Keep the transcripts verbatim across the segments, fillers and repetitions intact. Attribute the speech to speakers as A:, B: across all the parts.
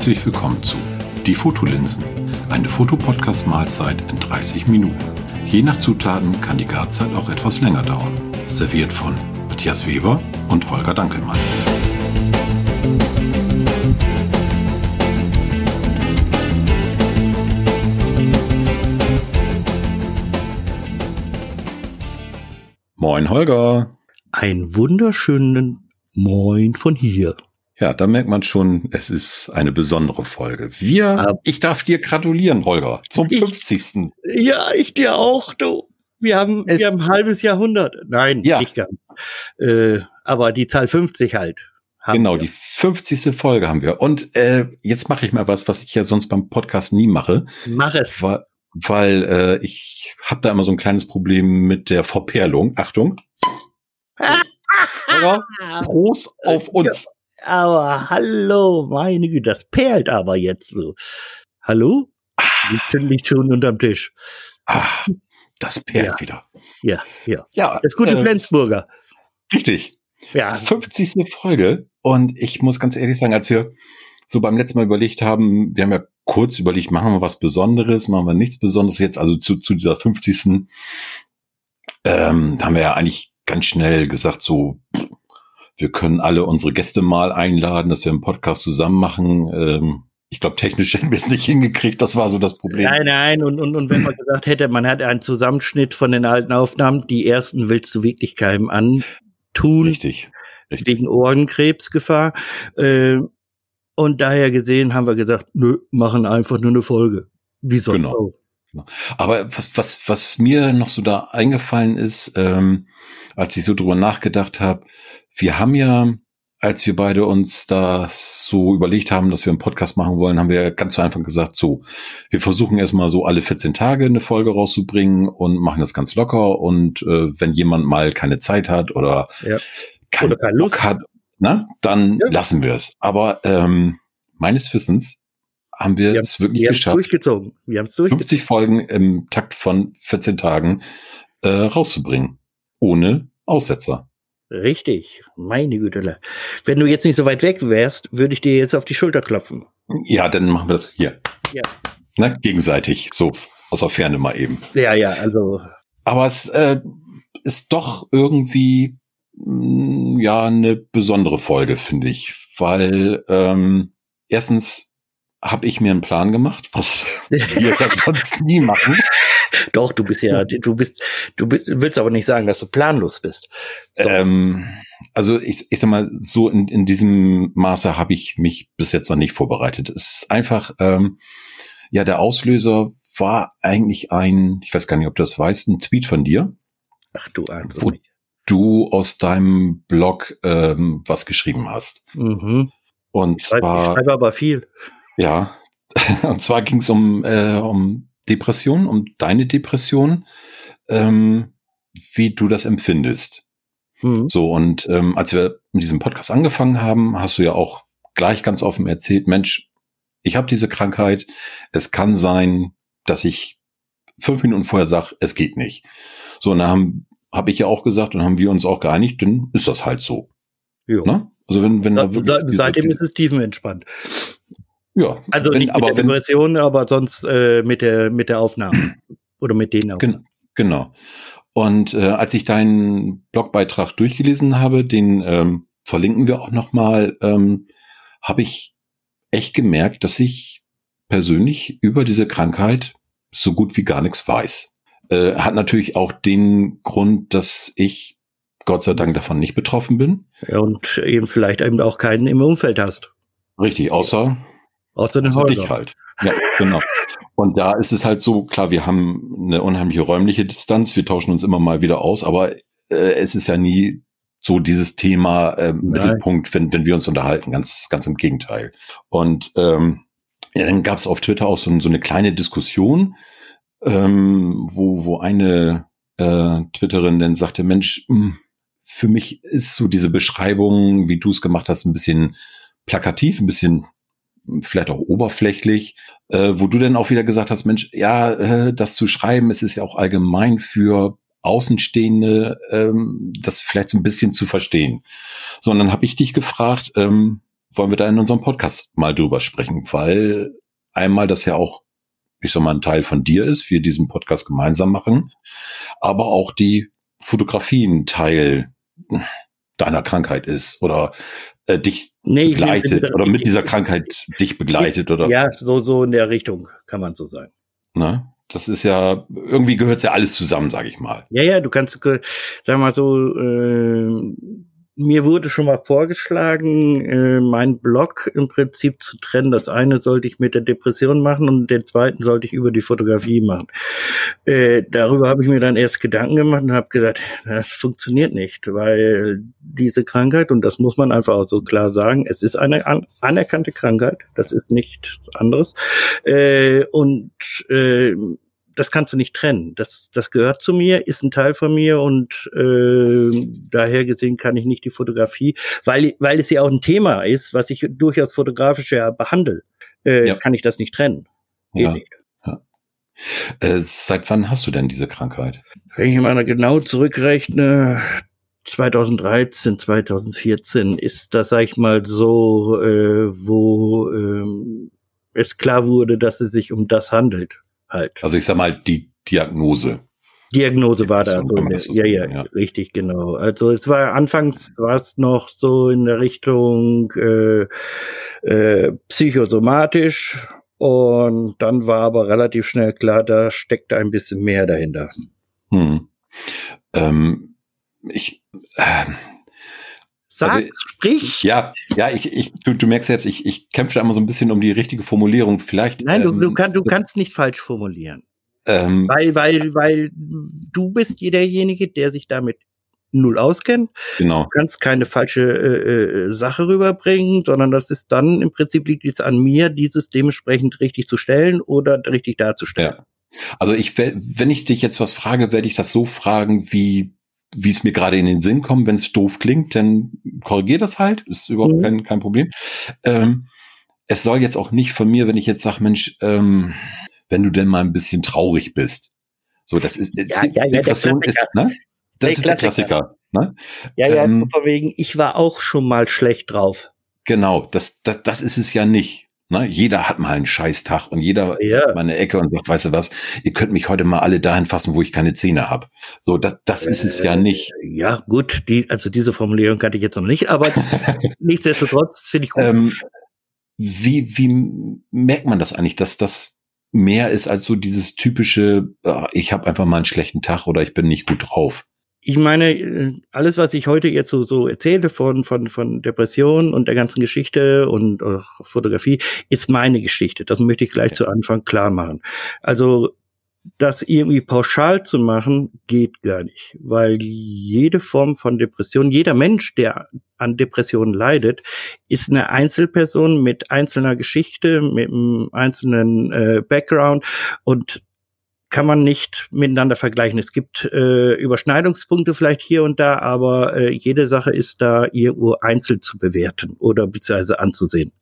A: Herzlich willkommen zu Die Fotolinsen, eine Fotopodcast-Mahlzeit in dreißig Minuten. Je nach Zutaten kann die Garzeit auch etwas länger dauern. Serviert von Matthias Weber und Holger Dankelmann. Moin Holger.
B: Einen wunderschönen Moin von hier.
A: Ja, da merkt man schon, es ist eine besondere Folge. Wir,
B: Ab-
A: ich darf dir gratulieren, Holger, zum
B: Ich-
A: fünfzigsten.
B: Ja, ich dir auch, du. Wir haben,
A: Es-
B: wir haben ein halbes Jahrhundert. Nein,
A: Ja.
B: nicht ganz. Äh, aber die Zahl fünfzig halt. haben
A: Genau,
B: wir.
A: die fünfzigste Folge haben wir. Und äh, jetzt mache ich mal was, was ich ja sonst beim Podcast nie mache,
B: Mach es.
A: weil, weil äh, ich habe da immer so ein kleines Problem mit der Verperlung. Achtung. Holger, Prost auf uns.
B: Aber hallo, meine Güte, das perlt aber jetzt so. Hallo? Liegt liegt schon unterm Tisch.
A: Ah, das perlt
B: Ja.
A: wieder.
B: Ja, ja.
A: Ja,
B: Das gute
A: äh,
B: Flensburger.
A: richtig.
B: Ja.
A: fünfzigste Folge. Und ich muss ganz ehrlich sagen, als wir so beim letzten Mal überlegt haben, wir haben ja kurz überlegt, machen wir was Besonderes, machen wir nichts Besonderes jetzt, also zu, zu dieser fünfzigsten. Ähm, da haben wir ja eigentlich ganz schnell gesagt, so, wir können alle unsere Gäste mal einladen, dass wir einen Podcast zusammen machen. Ähm, ich glaube, technisch hätten wir es nicht hingekriegt, das war so das Problem.
B: Nein, nein, und, und, und wenn man gesagt hätte, man hat einen Zusammenschnitt von den alten Aufnahmen, die ersten willst du wirklich keinem antun,
A: Richtig, richtig.
B: wegen Ohrenkrebsgefahr. Äh, und daher gesehen haben wir gesagt, nö, machen einfach nur eine Folge. Wie sonst
A: Genau.
B: auch.
A: Aber was, was, was mir noch so da eingefallen ist, ähm, als ich so drüber nachgedacht habe, wir haben ja, als wir beide uns das so überlegt haben, dass wir einen Podcast machen wollen, haben wir ganz zu Anfang gesagt, so, wir versuchen erstmal so alle vierzehn Tage eine Folge rauszubringen und machen das ganz locker. Und äh, wenn jemand mal keine Zeit hat oder,
B: Ja.
A: keinen
B: Oder keine Lust
A: Bock hat, na, dann
B: Ja.
A: lassen wir es. Aber ähm, meines Wissens haben wir
B: Wir
A: es
B: haben
A: wirklich
B: es
A: geschafft,
B: durchgezogen. Wir haben es durchgezogen.
A: fünfzig Folgen im Takt von vierzehn Tagen äh, rauszubringen. Ohne Aussetzer.
B: Richtig. Meine Güte. Wenn du jetzt nicht so weit weg wärst, würde ich dir jetzt auf die Schulter klopfen.
A: Ja, dann machen wir das hier.
B: Ja.
A: Ne, gegenseitig, so aus der Ferne mal eben.
B: Ja, ja, also.
A: Aber es äh, ist doch irgendwie mh, ja eine besondere Folge, finde ich. Weil ähm, erstens habe ich mir einen Plan gemacht, was wir ja sonst nie machen.
B: Doch, du bist ja, du bist, du bist, willst aber nicht sagen, dass du planlos bist. So.
A: Ähm, also ich, ich sag mal, so in, in diesem Maße habe ich mich bis jetzt noch nicht vorbereitet. Es ist einfach, ähm, ja, der Auslöser war eigentlich ein, ich weiß gar nicht, ob du das weißt, ein Tweet von dir,
B: Ach du ahnst
A: wo
B: nicht.
A: du aus deinem Blog ähm, was geschrieben hast.
B: Mhm.
A: Und
B: Ich, schreibe, ich
A: zwar,
B: schreibe aber viel.
A: ja, und zwar ging es um, äh, um Depression, um deine Depression, ähm, wie du das empfindest.
B: Mhm.
A: So, und ähm, als wir mit diesem Podcast angefangen haben, hast du ja auch gleich ganz offen erzählt, Mensch, ich habe diese Krankheit, es kann sein, dass ich fünf Minuten vorher sage, es geht nicht. So, und dann habe hab ich ja auch gesagt und haben wir uns auch geeinigt, dann ist das halt so.
B: Jo.
A: Ne? Also wenn, wenn da
B: Se-
A: wirklich
B: se-
A: diese-
B: Seitdem ist es tiefenentspannt.
A: ja,
B: Also
A: wenn,
B: nicht mit
A: aber
B: der
A: wenn,
B: Depression, aber sonst äh, mit der mit der Aufnahme. Oder mit denen auch.
A: Gen genau. Und äh, als ich deinen Blogbeitrag durchgelesen habe, den ähm, verlinken wir auch nochmal, ähm, habe ich echt gemerkt, dass ich persönlich über diese Krankheit so gut wie gar nichts weiß. Äh, hat natürlich auch den Grund, dass ich Gott sei Dank davon nicht betroffen bin.
B: Ja, und eben vielleicht eben auch keinen im Umfeld hast.
A: Richtig, außer,
B: Außer den
A: außer dich
B: Holger.
A: halt. Ja, genau. Und da ist es halt so, klar, wir haben eine unheimliche räumliche Distanz, wir tauschen uns immer mal wieder aus, aber äh, es ist ja nie so dieses Thema äh, Mittelpunkt, wenn, wenn wir uns unterhalten, ganz, ganz im Gegenteil. Und ähm, ja, dann gab es auf Twitter auch so, so eine kleine Diskussion, ähm, wo, wo eine äh, Twitterin dann sagte, Mensch, mh, für mich ist so diese Beschreibung, wie du es gemacht hast, ein bisschen plakativ, ein bisschen vielleicht auch oberflächlich, äh, wo du dann auch wieder gesagt hast, Mensch, ja, äh, das zu schreiben, es ist ja auch allgemein für Außenstehende, ähm, das vielleicht so ein bisschen zu verstehen. Sondern habe ich dich gefragt, ähm, wollen wir da in unserem Podcast mal drüber sprechen, weil einmal das ja auch, ich sag mal, ein Teil von dir ist, wir diesen Podcast gemeinsam machen, aber auch die Fotografie ein Teil deiner Krankheit ist oder äh, dich nee, begleitet will, oder mit dieser Krankheit dich begleitet oder.
B: Ja, so, so in der Richtung kann man so sagen.
A: Ne? Das ist ja, irgendwie gehört es ja alles zusammen, sage ich mal.
B: Ja, ja, du kannst, sag mal so, äh, mir wurde schon mal vorgeschlagen, äh, meinen Blog im Prinzip zu trennen. Das eine sollte ich mit der Depression machen und den zweiten sollte ich über die Fotografie machen. Äh, darüber habe ich mir dann erst Gedanken gemacht und habe gedacht, das funktioniert nicht, weil diese Krankheit, und das muss man einfach auch so klar sagen, es ist eine an- anerkannte Krankheit, das ist nichts anderes. Äh, und äh, das kannst du nicht trennen. Das, das gehört zu mir, ist ein Teil von mir und äh, daher gesehen kann ich nicht die Fotografie, weil, weil es ja auch ein Thema ist, was ich durchaus fotografisch ja behandle, äh, ja. kann ich das nicht trennen. Geht
A: ja.
B: nicht.
A: Ja. Äh, seit wann hast du denn diese Krankheit?
B: Wenn ich mal genau zurückrechne, zweitausenddreizehn, zweitausendvierzehn ist das, sag ich mal, so, äh, wo äh, es klar wurde, dass es sich um das handelt. Halt.
A: Also ich sag mal, die Diagnose.
B: Diagnose war da so, der, so ja, ja, ja, richtig, genau. Also es war anfangs war es noch so in der Richtung äh, äh, psychosomatisch und dann war aber relativ schnell klar, da steckt ein bisschen mehr dahinter.
A: Hm. Ähm, ich äh,
B: Sag, also, sprich.
A: Ja, ja, ich, ich, du, du merkst selbst, ich, ich kämpfe da immer so ein bisschen um die richtige Formulierung. Vielleicht.
B: Nein,
A: ähm,
B: du, du, kann, du kannst nicht falsch formulieren.
A: Ähm,
B: weil, weil, weil du bist derjenige, der sich damit null auskennt.
A: Genau.
B: Du kannst keine falsche äh, Sache rüberbringen, sondern das ist dann im Prinzip liegt es an mir, dieses dementsprechend richtig zu stellen oder richtig darzustellen.
A: Ja. Also ich, wenn ich dich jetzt was frage, werde ich das so fragen, wie wie es mir gerade in den Sinn kommt. Wenn es doof klingt, dann korrigier das halt. Ist überhaupt mhm. kein, kein Problem. Ähm, es soll jetzt auch nicht von mir, wenn ich jetzt sage, Mensch, ähm, wenn du denn mal ein bisschen traurig bist. So, das ist,
B: ja, ja, ja,
A: Depression ist, ne? Das der ist der Klassiker. Ne?
B: Ja, ja, ähm, von wegen, ich war auch schon mal schlecht drauf.
A: Genau, das, das, das ist es ja nicht. Ne? Jeder hat mal einen Scheißtag und jeder ja. sitzt mal in der Ecke und sagt, weißt du was, ihr könnt mich heute mal alle dahin fassen, wo ich keine Zähne habe. So, das, das äh, ist es ja nicht.
B: Ja, gut, die, also diese Formulierung kannte ich jetzt noch nicht, aber nichtsdestotrotz finde ich gut.
A: Ähm, wie, wie merkt man das eigentlich, dass das mehr ist als so dieses typische, uh, ich habe einfach mal einen schlechten Tag oder ich bin nicht gut drauf?
B: Ich meine, alles, was ich heute jetzt so, so erzählte von, von, von Depressionen und der ganzen Geschichte und uh, Fotografie, ist meine Geschichte. Das möchte ich gleich ja. zu Anfang klar machen. Also, das irgendwie pauschal zu machen, geht gar nicht, weil jede Form von Depression, jeder Mensch, der an Depressionen leidet, ist eine Einzelperson mit einzelner Geschichte, mit einem einzelnen äh, Background und kann man nicht miteinander vergleichen. Es gibt äh, Überschneidungspunkte vielleicht hier und da, aber äh, jede Sache ist da irgendwo einzeln zu bewerten oder beziehungsweise anzusehen.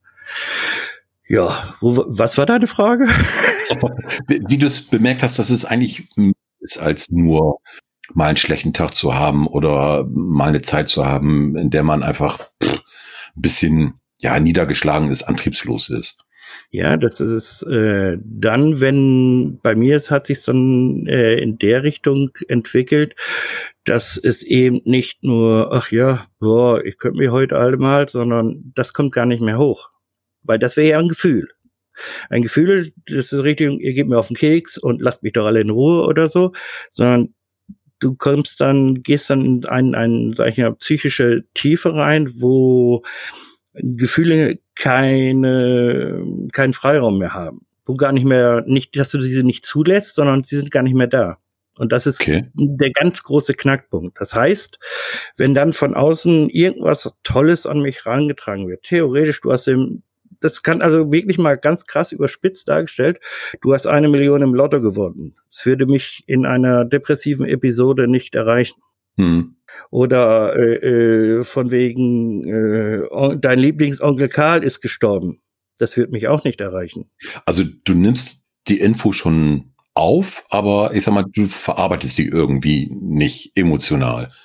B: Ja, wo, was war deine Frage?
A: Wie, wie du es bemerkt hast, dass es eigentlich mehr ist als nur mal einen schlechten Tag zu haben oder mal eine Zeit zu haben, in der man einfach pff, ein bisschen ja niedergeschlagen ist, antriebslos ist.
B: Ja, das ist äh, dann, wenn bei mir es hat sich dann äh, in der Richtung entwickelt, dass es eben nicht nur, ach ja, boah, ich könnte mich heute alle mal, sondern das kommt gar nicht mehr hoch. Weil das wäre ja ein Gefühl. Ein Gefühl, das ist richtig, ihr gebt mir auf den Keks und lasst mich doch alle in Ruhe oder so, sondern du kommst dann, gehst dann in ein, ein, sag ich mal, psychische Tiefe rein, wo Gefühle keine, keinen Freiraum mehr haben. Wo gar nicht mehr, nicht, dass du diese nicht zulässt, sondern sie sind gar nicht mehr da. Und das ist okay. der ganz große Knackpunkt. Das heißt, wenn dann von außen irgendwas Tolles an mich herangetragen wird, theoretisch, du hast im, das kann also wirklich mal ganz krass überspitzt dargestellt, du hast eine Million im Lotto gewonnen. Das würde mich in einer depressiven Episode nicht erreichen.
A: Hm.
B: Oder äh, äh, von wegen, äh, dein Lieblingsonkel Karl ist gestorben. Das wird mich auch nicht erreichen.
A: Also du nimmst die Info schon auf, aber ich sag mal, du verarbeitest die irgendwie nicht emotional.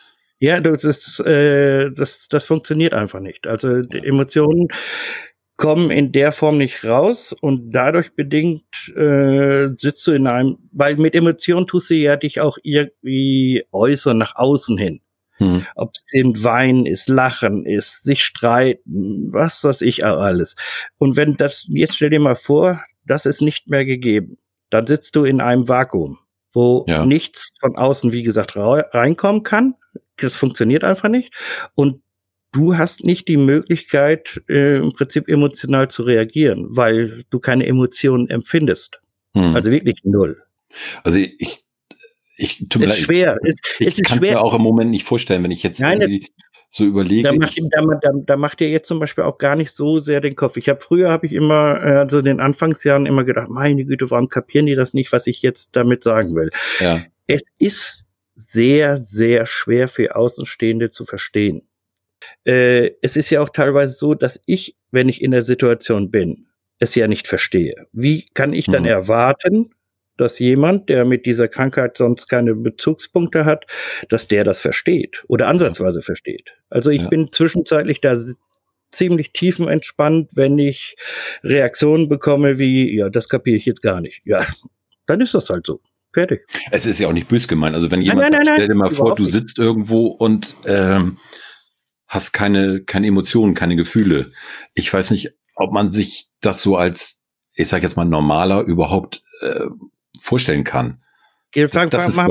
B: Ja, das, das, äh, das, das funktioniert einfach nicht. Also die Emotionen kommen in der Form nicht raus und dadurch bedingt äh, sitzt du in einem, weil mit Emotionen tust du ja dich auch irgendwie äußern nach außen hin. Hm. Ob es eben Weinen ist, Lachen ist, sich streiten, was weiß ich auch alles. Und wenn das, jetzt stell dir mal vor, das ist nicht mehr gegeben, dann sitzt du in einem Vakuum, wo ja. nichts von außen, wie gesagt, reinkommen kann. Das funktioniert einfach nicht. Und du hast nicht die Möglichkeit, äh, im Prinzip emotional zu reagieren, weil du keine Emotionen empfindest. Hm. Also wirklich null.
A: Also ich, ich, tut mir
B: leid, schwer.
A: ich, ich, ich kann mir auch im Moment nicht vorstellen, wenn ich jetzt Nein, irgendwie so überlege.
B: Da macht, da, da, da macht ihr jetzt zum Beispiel auch gar nicht so sehr den Kopf. Ich habe früher, habe ich immer, also in den Anfangsjahren immer gedacht, meine Güte, warum kapieren die das nicht, was ich jetzt damit sagen will?
A: Ja.
B: Es ist sehr, sehr schwer für Außenstehende zu verstehen. Äh, es ist ja auch teilweise so, dass ich, wenn ich in der Situation bin, es ja nicht verstehe. Wie kann ich dann mhm. erwarten, dass jemand, der mit dieser Krankheit sonst keine Bezugspunkte hat, dass der das versteht oder ansatzweise versteht? Also ich ja. bin zwischenzeitlich da ziemlich tiefenentspannt, wenn ich Reaktionen bekomme wie, ja, das kapiere ich jetzt gar nicht. Ja, dann ist das halt so. Fertig.
A: Es ist ja auch nicht böse gemeint. Also wenn jemand
B: nein, nein,
A: sagt,
B: nein,
A: stell dir mal vor, du
B: nicht.
A: sitzt irgendwo und ähm, hast keine, keine Emotionen, keine Gefühle. Ich weiß nicht, ob man sich das so als, ich sag jetzt mal, normaler überhaupt äh, vorstellen kann.
B: Machen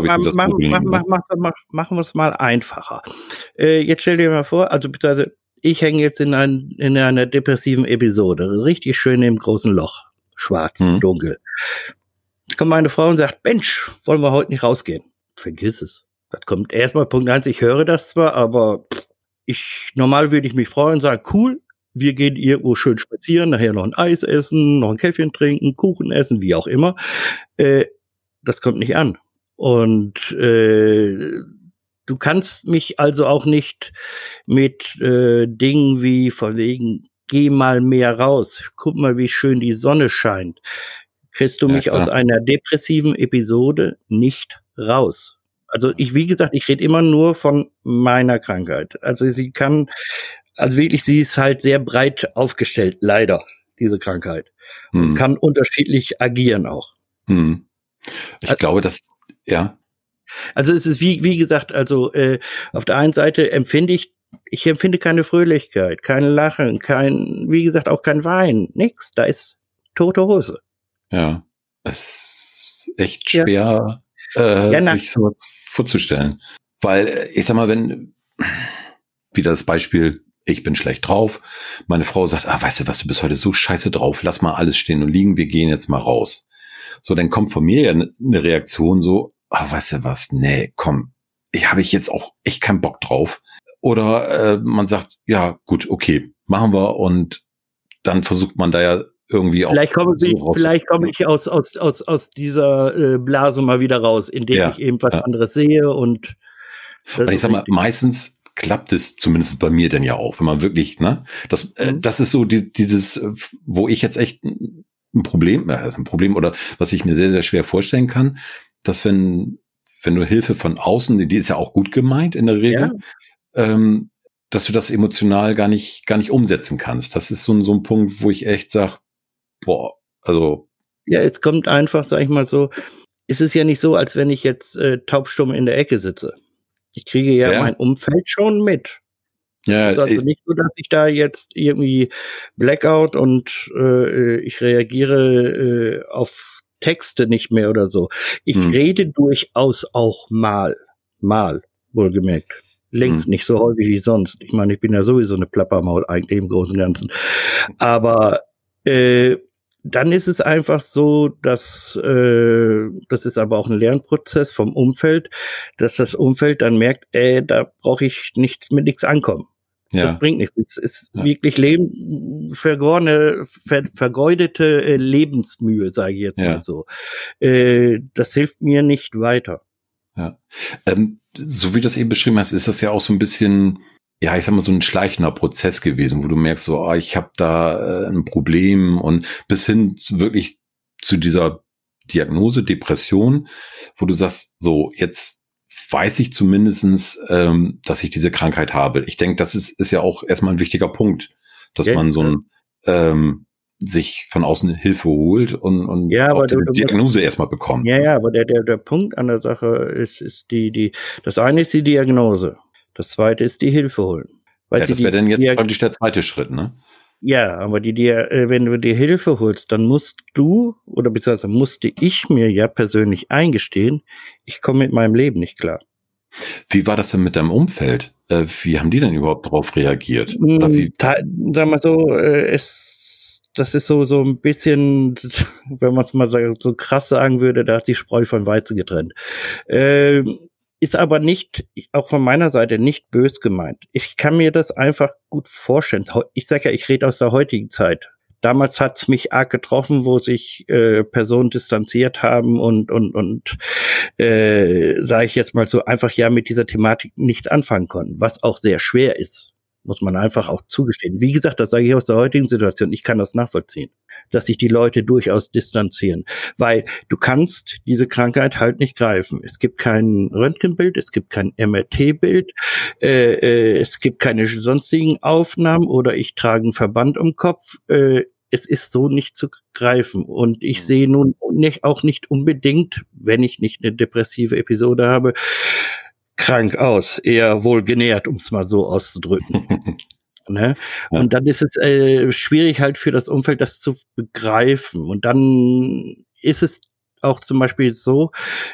B: wir es mal einfacher. Äh, jetzt stell dir mal vor, also beziehungsweise ich hänge jetzt in, ein, in einer depressiven Episode, richtig schön im großen Loch, schwarz, mhm. dunkel. Jetzt kommt meine Frau und sagt, Mensch, wollen wir heute nicht rausgehen? Vergiss es. Das kommt erstmal Punkt eins, ich höre das zwar, aber ich, normal würde ich mich freuen und sagen, cool, wir gehen irgendwo schön spazieren, nachher noch ein Eis essen, noch ein Käffchen trinken, Kuchen essen, wie auch immer. Äh, das kommt nicht an. Und äh, du kannst mich also auch nicht mit äh, Dingen wie von wegen, geh mal mehr raus, guck mal, wie schön die Sonne scheint. Kriegst du mich ja, aus einer depressiven Episode nicht raus. Also ich, wie gesagt, ich rede immer nur von meiner Krankheit. Also sie kann, also wirklich, sie ist halt sehr breit aufgestellt, leider, diese Krankheit. Hm. Und kann unterschiedlich agieren auch.
A: Hm. Ich also, glaube, dass, ja.
B: Also es ist wie, wie gesagt, also äh, auf der einen Seite empfinde ich, ich empfinde keine Fröhlichkeit, kein Lachen, kein, wie gesagt, auch kein Wein, nix. Da ist tote Hose.
A: Ja, es ist echt schwer, ja. Äh, ja, sich sowas vorzustellen. Weil, ich sag mal, wenn, wieder das Beispiel, ich bin schlecht drauf, meine Frau sagt, ah, weißt du was, du bist heute so scheiße drauf, lass mal alles stehen und liegen, wir gehen jetzt mal raus. So, dann kommt von mir ja eine Reaktion so, ah, weißt du was, nee, komm, ich habe ich jetzt auch echt keinen Bock drauf. Oder äh, man sagt, ja, gut, okay, machen wir und dann versucht man da ja irgendwie auch.
B: Vielleicht komme so ich, vielleicht komme ich aus, aus, aus, aus dieser äh, Blase mal wieder raus, indem ja, ich eben was ja. anderes sehe und.
A: Und ich sag mal, meistens klappt es zumindest bei mir dann ja auch, wenn man wirklich, ne, das, äh, mhm. das ist so die, dieses, wo ich jetzt echt ein Problem, also ein Problem oder was ich mir sehr, sehr schwer vorstellen kann, dass wenn, wenn du Hilfe von außen, die ist ja auch gut gemeint in der Regel, ja. ähm, dass du das emotional gar nicht, gar nicht umsetzen kannst. Das ist so ein, so ein Punkt, wo ich echt sage, boah, also.
B: Ja, es kommt einfach, sag ich mal so, es ist ja nicht so, als wenn ich jetzt äh, taubstumm in der Ecke sitze. Ich kriege ja, ja. mein Umfeld schon mit. Ja, es ist also nicht so, dass ich da jetzt irgendwie Blackout und äh, ich reagiere äh, auf Texte nicht mehr oder so. Ich hm. rede durchaus auch mal, mal, wohlgemerkt. Längst hm. nicht so häufig wie sonst. Ich meine, ich bin ja sowieso eine Plappermaul eigentlich im Großen und Ganzen. Aber äh, dann ist es einfach so, dass äh, das ist aber auch ein Lernprozess vom Umfeld, dass das Umfeld dann merkt, ey, da brauche ich nichts mit nichts ankommen. Ja. Das bringt nichts. Es ist ja. wirklich Leben, vergorene, ver, vergeudete äh, Lebensmühe, sage ich jetzt ja. mal so. Äh, das hilft mir nicht weiter.
A: Ja, ähm, so wie du das eben beschrieben hast, ist das ja auch so ein bisschen, ja, ich sag mal, so ein schleichender Prozess gewesen, wo du merkst, so, oh, ich habe da äh, ein Problem und bis hin zu, wirklich zu dieser Diagnose, Depression, wo du sagst, so, jetzt weiß ich zumindestens, ähm, dass ich diese Krankheit habe. Ich denke, das ist, ist ja auch erstmal ein wichtiger Punkt, dass ja, man so ein, ähm, sich von außen Hilfe holt und, und
B: ja,
A: auch
B: aber
A: die
B: du, du
A: Diagnose
B: musst,
A: erstmal bekommt.
B: Ja, ja, aber der, der, der Punkt an der Sache ist, ist die, die, das eine ist die Diagnose. Das zweite ist die Hilfe holen. Weißt
A: ja, das wäre dann jetzt praktisch der zweite Schritt, ne?
B: Ja, aber die dir, wenn du dir Hilfe holst, dann musst du, oder beziehungsweise musste ich mir ja persönlich eingestehen, ich komme mit meinem Leben nicht klar.
A: Wie war das denn mit deinem Umfeld? Äh, wie haben die denn überhaupt darauf reagiert? Oder wie?
B: Ta- Sag mal so, äh, es, das ist so, so ein bisschen, wenn man es mal so, so krass sagen würde, da hat sich Spreu von Weizen getrennt. Ähm, Ist aber nicht, auch von meiner Seite, nicht bös gemeint. Ich kann mir das einfach gut vorstellen. Ich sage ja, ich rede aus der heutigen Zeit. Damals hat's mich arg getroffen, wo sich äh, Personen distanziert haben und und und äh, sage ich jetzt mal so, einfach ja mit dieser Thematik nichts anfangen konnten, was auch sehr schwer ist. Muss man einfach auch zugestehen. Wie gesagt, das sage ich aus der heutigen Situation. Ich kann das nachvollziehen, dass sich die Leute durchaus distanzieren. Weil du kannst diese Krankheit halt nicht greifen. Es gibt kein Röntgenbild, es gibt kein M R T-Bild, äh, äh, es gibt keine sonstigen Aufnahmen oder ich trage einen Verband um den Kopf. Äh, es ist so nicht zu greifen. Und ich sehe nun nicht, auch nicht unbedingt, wenn ich nicht eine depressive Episode habe, krank aus, eher wohl genährt, um es mal so auszudrücken. Ne? Ja. Und dann ist es äh, schwierig halt für das Umfeld, das zu begreifen. Und dann ist es auch zum Beispiel so,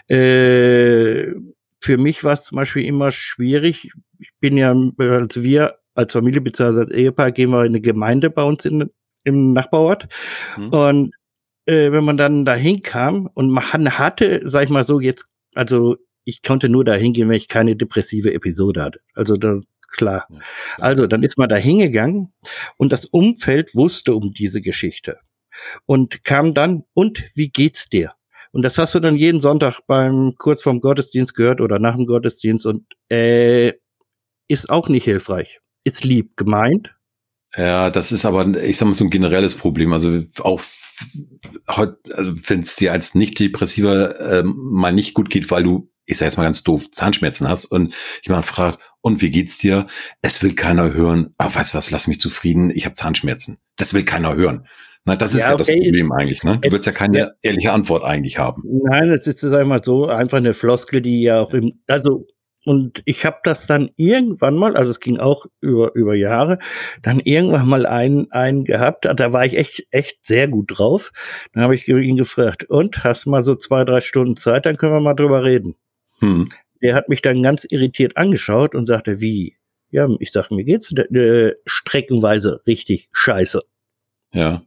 B: äh, für mich war es zum Beispiel immer schwierig. Ich bin ja, also wir als Familie bzw. als Ehepaar gehen wir in eine Gemeinde bei uns in, im Nachbarort. Mhm. Und äh, wenn man dann dahin kam und man hatte, sag ich mal so, jetzt, also ich konnte nur dahin gehen, wenn ich keine depressive Episode hatte. Also da, klar. Ja, also dann ist man da hingegangen und das Umfeld wusste um diese Geschichte und kam dann, und wie geht's dir? Und das hast du dann jeden Sonntag beim kurz vorm Gottesdienst gehört oder nach dem Gottesdienst und äh, ist auch nicht hilfreich. Ist lieb gemeint.
A: Ja, das ist aber, ich sag mal, so ein generelles Problem. Also auch heute, also wenn es dir als Nicht-Depressiver äh, mal nicht gut geht, weil du, ich sag jetzt mal ganz doof, Zahnschmerzen hast und jemand fragt, und wie geht's dir? Es will keiner hören. Ah, weißt du was, lass mich zufrieden, ich habe Zahnschmerzen. Das will keiner hören. Na, das ist ja, ja okay. Das Problem eigentlich, ne? Du willst ja keine ja. ehrliche Antwort eigentlich haben.
B: Nein, es ist, sag ich mal so, einfach eine Floskel, die ja auch im, also, und ich habe das dann irgendwann mal, also es ging auch über über Jahre, dann irgendwann mal einen einen gehabt, da war ich echt echt sehr gut drauf. Dann habe ich ihn gefragt, und hast mal so zwei, drei Stunden Zeit, dann können wir mal drüber reden. Hm. Der hat mich dann ganz irritiert angeschaut und sagte, wie? Ja, ich sag, mir geht's äh, streckenweise richtig scheiße.
A: Ja.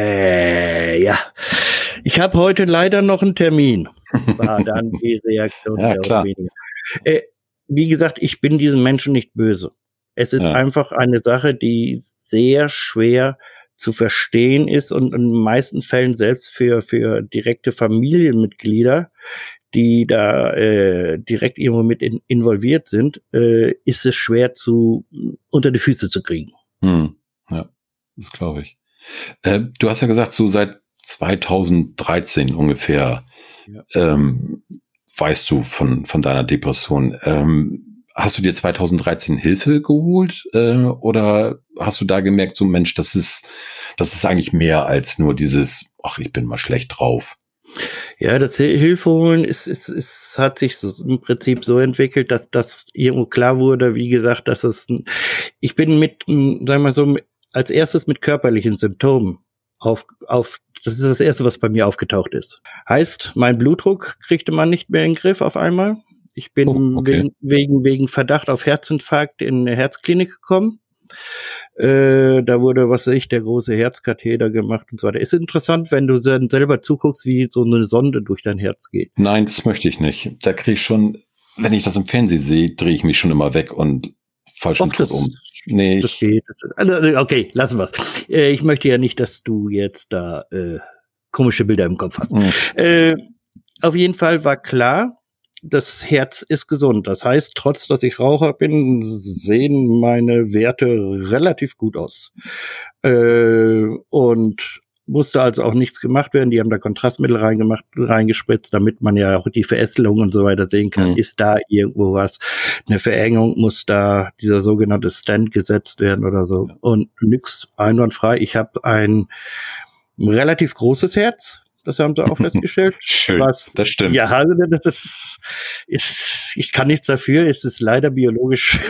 B: Äh, ja. Ich habe heute leider noch einen Termin. War dann die Reaktion.
A: Ja, klar.
B: Äh, wie gesagt, ich bin diesen Menschen nicht böse. Es ist ja. einfach eine Sache, die sehr schwer zu verstehen ist und in den meisten Fällen selbst für für direkte Familienmitglieder, die da äh, direkt irgendwo mit in, involviert sind, äh, ist es schwer zu unter die Füße zu kriegen.
A: Hm. Ja, das glaube ich. Äh, du hast ja gesagt, so seit zweitausenddreizehn ungefähr ja. ähm, weißt du von von deiner Depression. Ähm, hast du dir zweitausenddreizehn Hilfe geholt äh, oder hast du da gemerkt, so Mensch, das ist das ist eigentlich mehr als nur dieses, ach, ich bin mal schlecht drauf.
B: Ja, das Hilfe holen ist, ist, ist, hat sich so im Prinzip so entwickelt, dass das irgendwo klar wurde, wie gesagt, dass es, ich bin mit, sagen wir mal so, als erstes mit körperlichen Symptomen auf, auf, das ist das erste, was bei mir aufgetaucht ist. Heißt, mein Blutdruck kriegte man nicht mehr in den Griff auf einmal. Ich bin oh, okay. wegen, wegen, wegen Verdacht auf Herzinfarkt in eine Herzklinik gekommen. Äh, da wurde, was weiß ich, der große Herzkatheter gemacht und so weiter. Ist interessant, wenn du dann selber zuguckst, wie so eine Sonde durch dein Herz geht.
A: Nein, das möchte ich nicht. Da kriege ich schon, wenn ich das im Fernsehen sehe, drehe ich mich schon immer weg und fall schon tot um.
B: Nee, das geht. Also, okay, lassen wir's. Äh, ich möchte ja nicht, dass du jetzt da äh, komische Bilder im Kopf hast. Mhm. Äh, auf jeden Fall war klar, das Herz ist gesund. Das heißt, trotz dass ich Raucher bin, sehen meine Werte relativ gut aus. Äh, und musste also auch nichts gemacht werden. Die haben da Kontrastmittel reingemacht, reingespritzt, damit man ja auch die Verästelung und so weiter sehen kann. Mhm. Ist da irgendwo was? Eine Verengung, muss da dieser sogenannte Stent gesetzt werden oder so. Ja. Und nix, einwandfrei. Ich habe ein relativ großes Herz. Das haben sie auch festgestellt.
A: Schön, was, das stimmt.
B: Ja, also das ist, ist, ich kann nichts dafür, es ist leider biologisch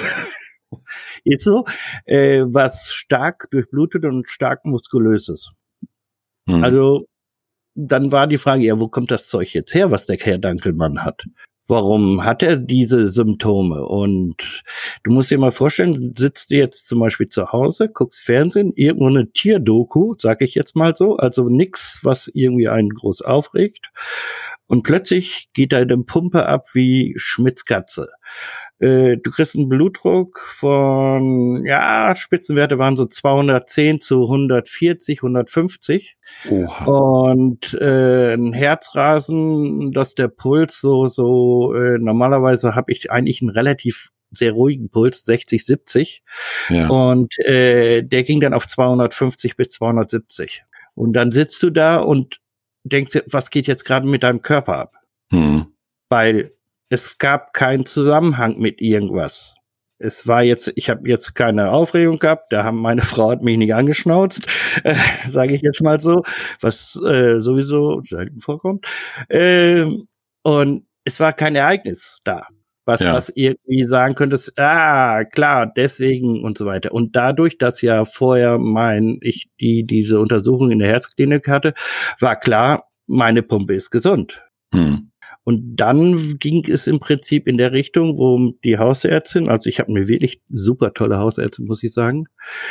B: ist so, äh, was stark durchblutet und stark muskulös ist. Hm. Also, dann war die Frage, ja, wo kommt das Zeug jetzt her, was der Herr Dankelmann hat? Warum hat er diese Symptome? Und du musst dir mal vorstellen, sitzt du jetzt zum Beispiel zu Hause, guckst Fernsehen, irgendwo eine Tierdoku, sag ich jetzt mal so, also nix, was irgendwie einen groß aufregt. Und plötzlich geht deine Pumpe ab wie Schmitz Katze. Äh, du kriegst einen Blutdruck von, ja, Spitzenwerte waren so zweihundertzehn zu hundertvierzig, hundertfünfzig. Oha. Und äh, ein Herzrasen, dass der Puls so, so äh, normalerweise habe ich eigentlich einen relativ sehr ruhigen Puls, sechzig, siebzig. Ja. Und äh, der ging dann auf zweihundertfünfzig bis zweihundertsiebzig. Und dann sitzt du da und denkst, was geht jetzt gerade mit deinem Körper ab? Hm. Weil es gab keinen Zusammenhang mit irgendwas. Es war jetzt, ich habe jetzt keine Aufregung gehabt, da haben meine Frau hat mich nicht angeschnauzt, äh, sage ich jetzt mal so, was äh, sowieso selten vorkommt. Ähm, und es war kein Ereignis da, was, ja. was irgendwie sagen könntest, ah, klar, deswegen und so weiter. Und dadurch, dass ja vorher mein, ich die diese Untersuchung in der Herzklinik hatte, war klar, meine Pumpe ist gesund. Hm. Und dann ging es im Prinzip in der Richtung, wo die Hausärztin, also ich habe eine wirklich super tolle Hausärztin, muss ich sagen,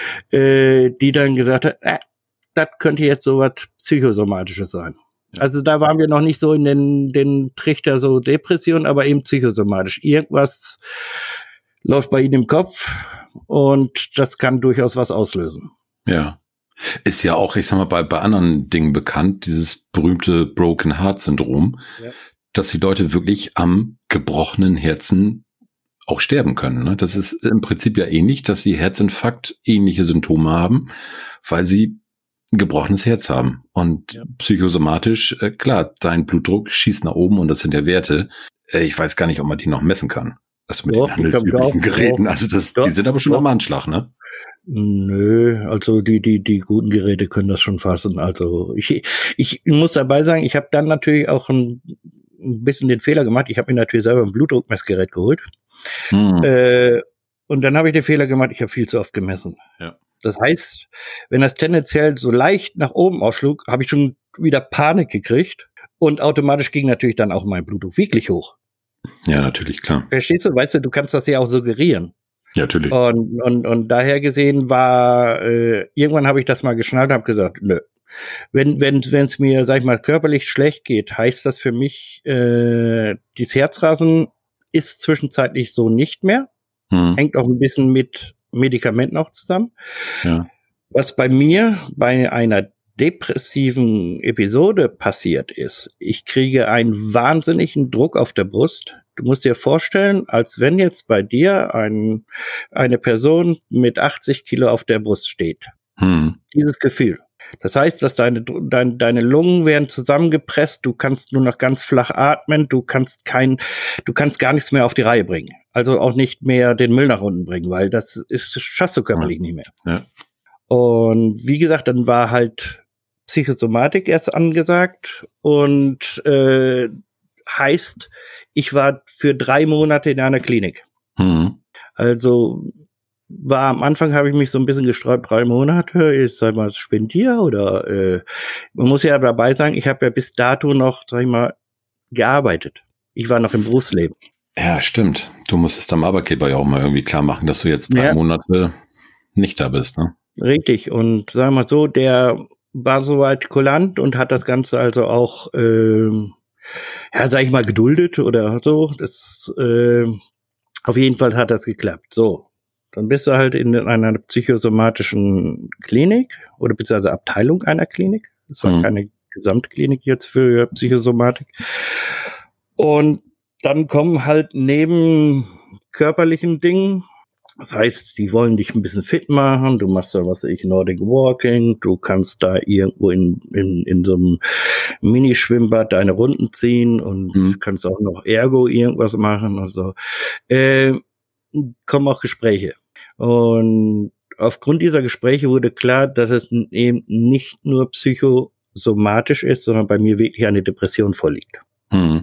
B: äh, die dann gesagt hat, äh, das könnte jetzt so was Psychosomatisches sein. Ja. Also da waren wir noch nicht so in den, den Trichter so Depression, aber eben psychosomatisch. Irgendwas läuft bei Ihnen im Kopf und das kann durchaus was auslösen.
A: Ja. Ist ja auch, ich sag mal, bei, bei anderen Dingen bekannt, dieses berühmte Broken Heart Syndrom, ja. dass die Leute wirklich am gebrochenen Herzen auch sterben können. Ne? Das ist im Prinzip ja ähnlich, dass sie Herzinfarkt ähnliche Symptome haben, weil sie ein gebrochenes Herz haben. Und ja. psychosomatisch, äh, klar, dein Blutdruck schießt nach oben und das sind ja Werte. Äh, ich weiß gar nicht, ob man die noch messen kann. Also mit Doch, den handelsüblichen Geräten. Also das, Doch, die sind aber schon Doch. am Anschlag, ne?
B: Nö, also die die die guten Geräte können das schon fassen. Also ich ich muss dabei sagen, ich habe dann natürlich auch ein, ein bisschen den Fehler gemacht. Ich habe mir natürlich selber ein Blutdruckmessgerät geholt. Hm. Äh, und dann habe ich den Fehler gemacht, ich habe viel zu oft gemessen. Ja. Das heißt, wenn das tendenziell so leicht nach oben ausschlug, habe ich schon wieder Panik gekriegt. Und automatisch ging natürlich dann auch mein Blutdruck wirklich hoch.
A: Ja, natürlich, klar.
B: Verstehst du? Weißt du, du kannst das ja auch suggerieren.
A: Ja, natürlich.
B: Und, und, und daher gesehen war, äh, irgendwann habe ich das mal geschnallt und habe gesagt, nö. Wenn wenn wenn es mir, sag ich mal, körperlich schlecht geht, heißt das für mich, äh, dieses Herzrasen ist zwischenzeitlich so nicht mehr. Hm. Hängt auch ein bisschen mit Medikamenten auch zusammen. Ja. Was bei mir bei einer depressiven Episode passiert ist, ich kriege einen wahnsinnigen Druck auf der Brust. Du musst dir vorstellen, als wenn jetzt bei dir ein, eine Person mit achtzig Kilo auf der Brust steht. Hm. Dieses Gefühl. Das heißt, dass deine, deine, deine Lungen werden zusammengepresst, du kannst nur noch ganz flach atmen, du kannst kein, du kannst gar nichts mehr auf die Reihe bringen. Also auch nicht mehr den Müll nach unten bringen, weil das, ist, das schaffst du körperlich ja. nicht mehr. Ja. Und wie gesagt, dann war halt Psychosomatik erst angesagt und äh, heißt, ich war für drei Monate in einer Klinik. Mhm. Also war am Anfang habe ich mich so ein bisschen gesträubt, drei Monate, ich sag mal, spinnt ihr oder äh, man muss ja dabei sagen, ich habe ja bis dato noch, sag ich mal, gearbeitet. Ich war noch im Berufsleben.
A: Ja, stimmt. Du musstest am Arbeitgeber ja auch mal irgendwie klar machen, dass du jetzt drei ja. Monate nicht da bist, ne?
B: Richtig. Und sagen wir mal so, der war soweit kulant und hat das Ganze also auch, äh, ja, sag ich mal, geduldet oder so. Das, äh, auf jeden Fall hat das geklappt. So. Dann bist du halt in einer psychosomatischen Klinik oder beziehungsweise Abteilung einer Klinik. Das war mhm. keine Gesamtklinik jetzt für Psychosomatik. Und dann kommen halt neben körperlichen Dingen Das heißt, die wollen dich ein bisschen fit machen, du machst da, was weiß ich, Nordic Walking, du kannst da irgendwo in, in, in so einem Minischwimmbad deine Runden ziehen und mhm. kannst auch noch Ergo irgendwas machen und so. Äh, kommen auch Gespräche. Und aufgrund dieser Gespräche wurde klar, dass es eben nicht nur psychosomatisch ist, sondern bei mir wirklich eine Depression vorliegt. Mhm.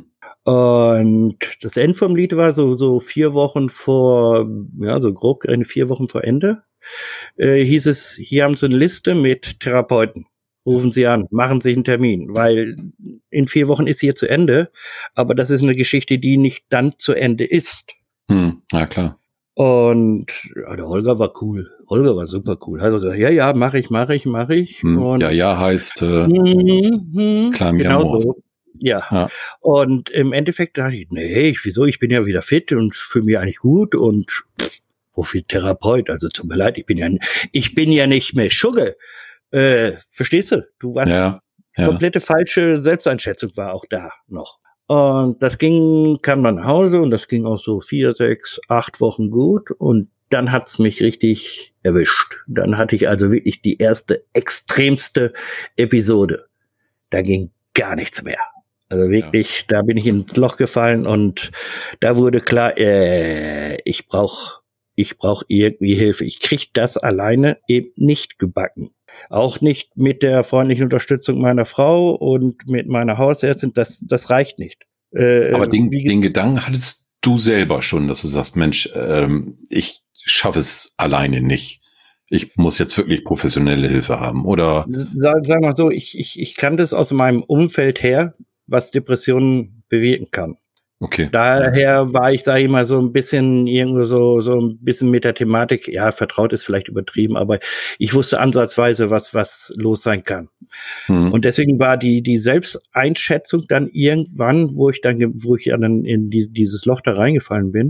B: Und das Ende vom Lied war so so vier Wochen vor, ja, so grob vier Wochen vor Ende, äh, hieß es, hier haben Sie eine Liste mit Therapeuten. Rufen Sie an, machen Sie einen Termin, weil in vier Wochen ist hier zu Ende, aber das ist eine Geschichte, die nicht dann zu Ende ist.
A: Hm, na klar.
B: Und ja, der Holger war cool. Holger war super cool. Also gesagt, ja, ja, mach ich, mach ich, mach ich.
A: Hm,
B: und
A: ja, ja heißt äh,
B: mhm,
A: klar, mir
B: genau so. Ja. ja, und im Endeffekt dachte ich, nee, ich, wieso, ich bin ja wieder fit und fühle mich eigentlich gut und pff, wofür Therapeut, also tut mir leid, ich bin ja, ich bin ja nicht mehr Schugge, äh, verstehst du? Du warst,
A: ja, ja.
B: komplette falsche Selbsteinschätzung war auch da noch. Und das ging, kam dann nach Hause und das ging auch so vier, sechs, acht Wochen gut und dann hat's mich richtig erwischt. Dann hatte ich also wirklich die erste extremste Episode. Da ging gar nichts mehr. Also wirklich, ja. Da bin ich ins Loch gefallen und da wurde klar, äh, ich brauche ich brauch irgendwie Hilfe. Ich krieg das alleine eben nicht gebacken. Auch nicht mit der freundlichen Unterstützung meiner Frau und mit meiner Hausärztin, das, das reicht nicht.
A: Äh, Aber den, den Gedanken hattest du selber schon, dass du sagst, Mensch, ähm, ich schaffe es alleine nicht. Ich muss jetzt wirklich professionelle Hilfe haben, oder?
B: Sag, sag mal so, ich, ich, ich kann das aus meinem Umfeld her, was Depressionen bewirken kann.
A: Okay.
B: Daher war ich, sage ich mal, so ein bisschen irgendwo so so ein bisschen mit der Thematik, ja, vertraut ist vielleicht übertrieben, aber ich wusste ansatzweise, was was los sein kann. Hm. Und deswegen war die die Selbsteinschätzung dann irgendwann, wo ich dann wo ich dann in die, dieses Loch da reingefallen bin,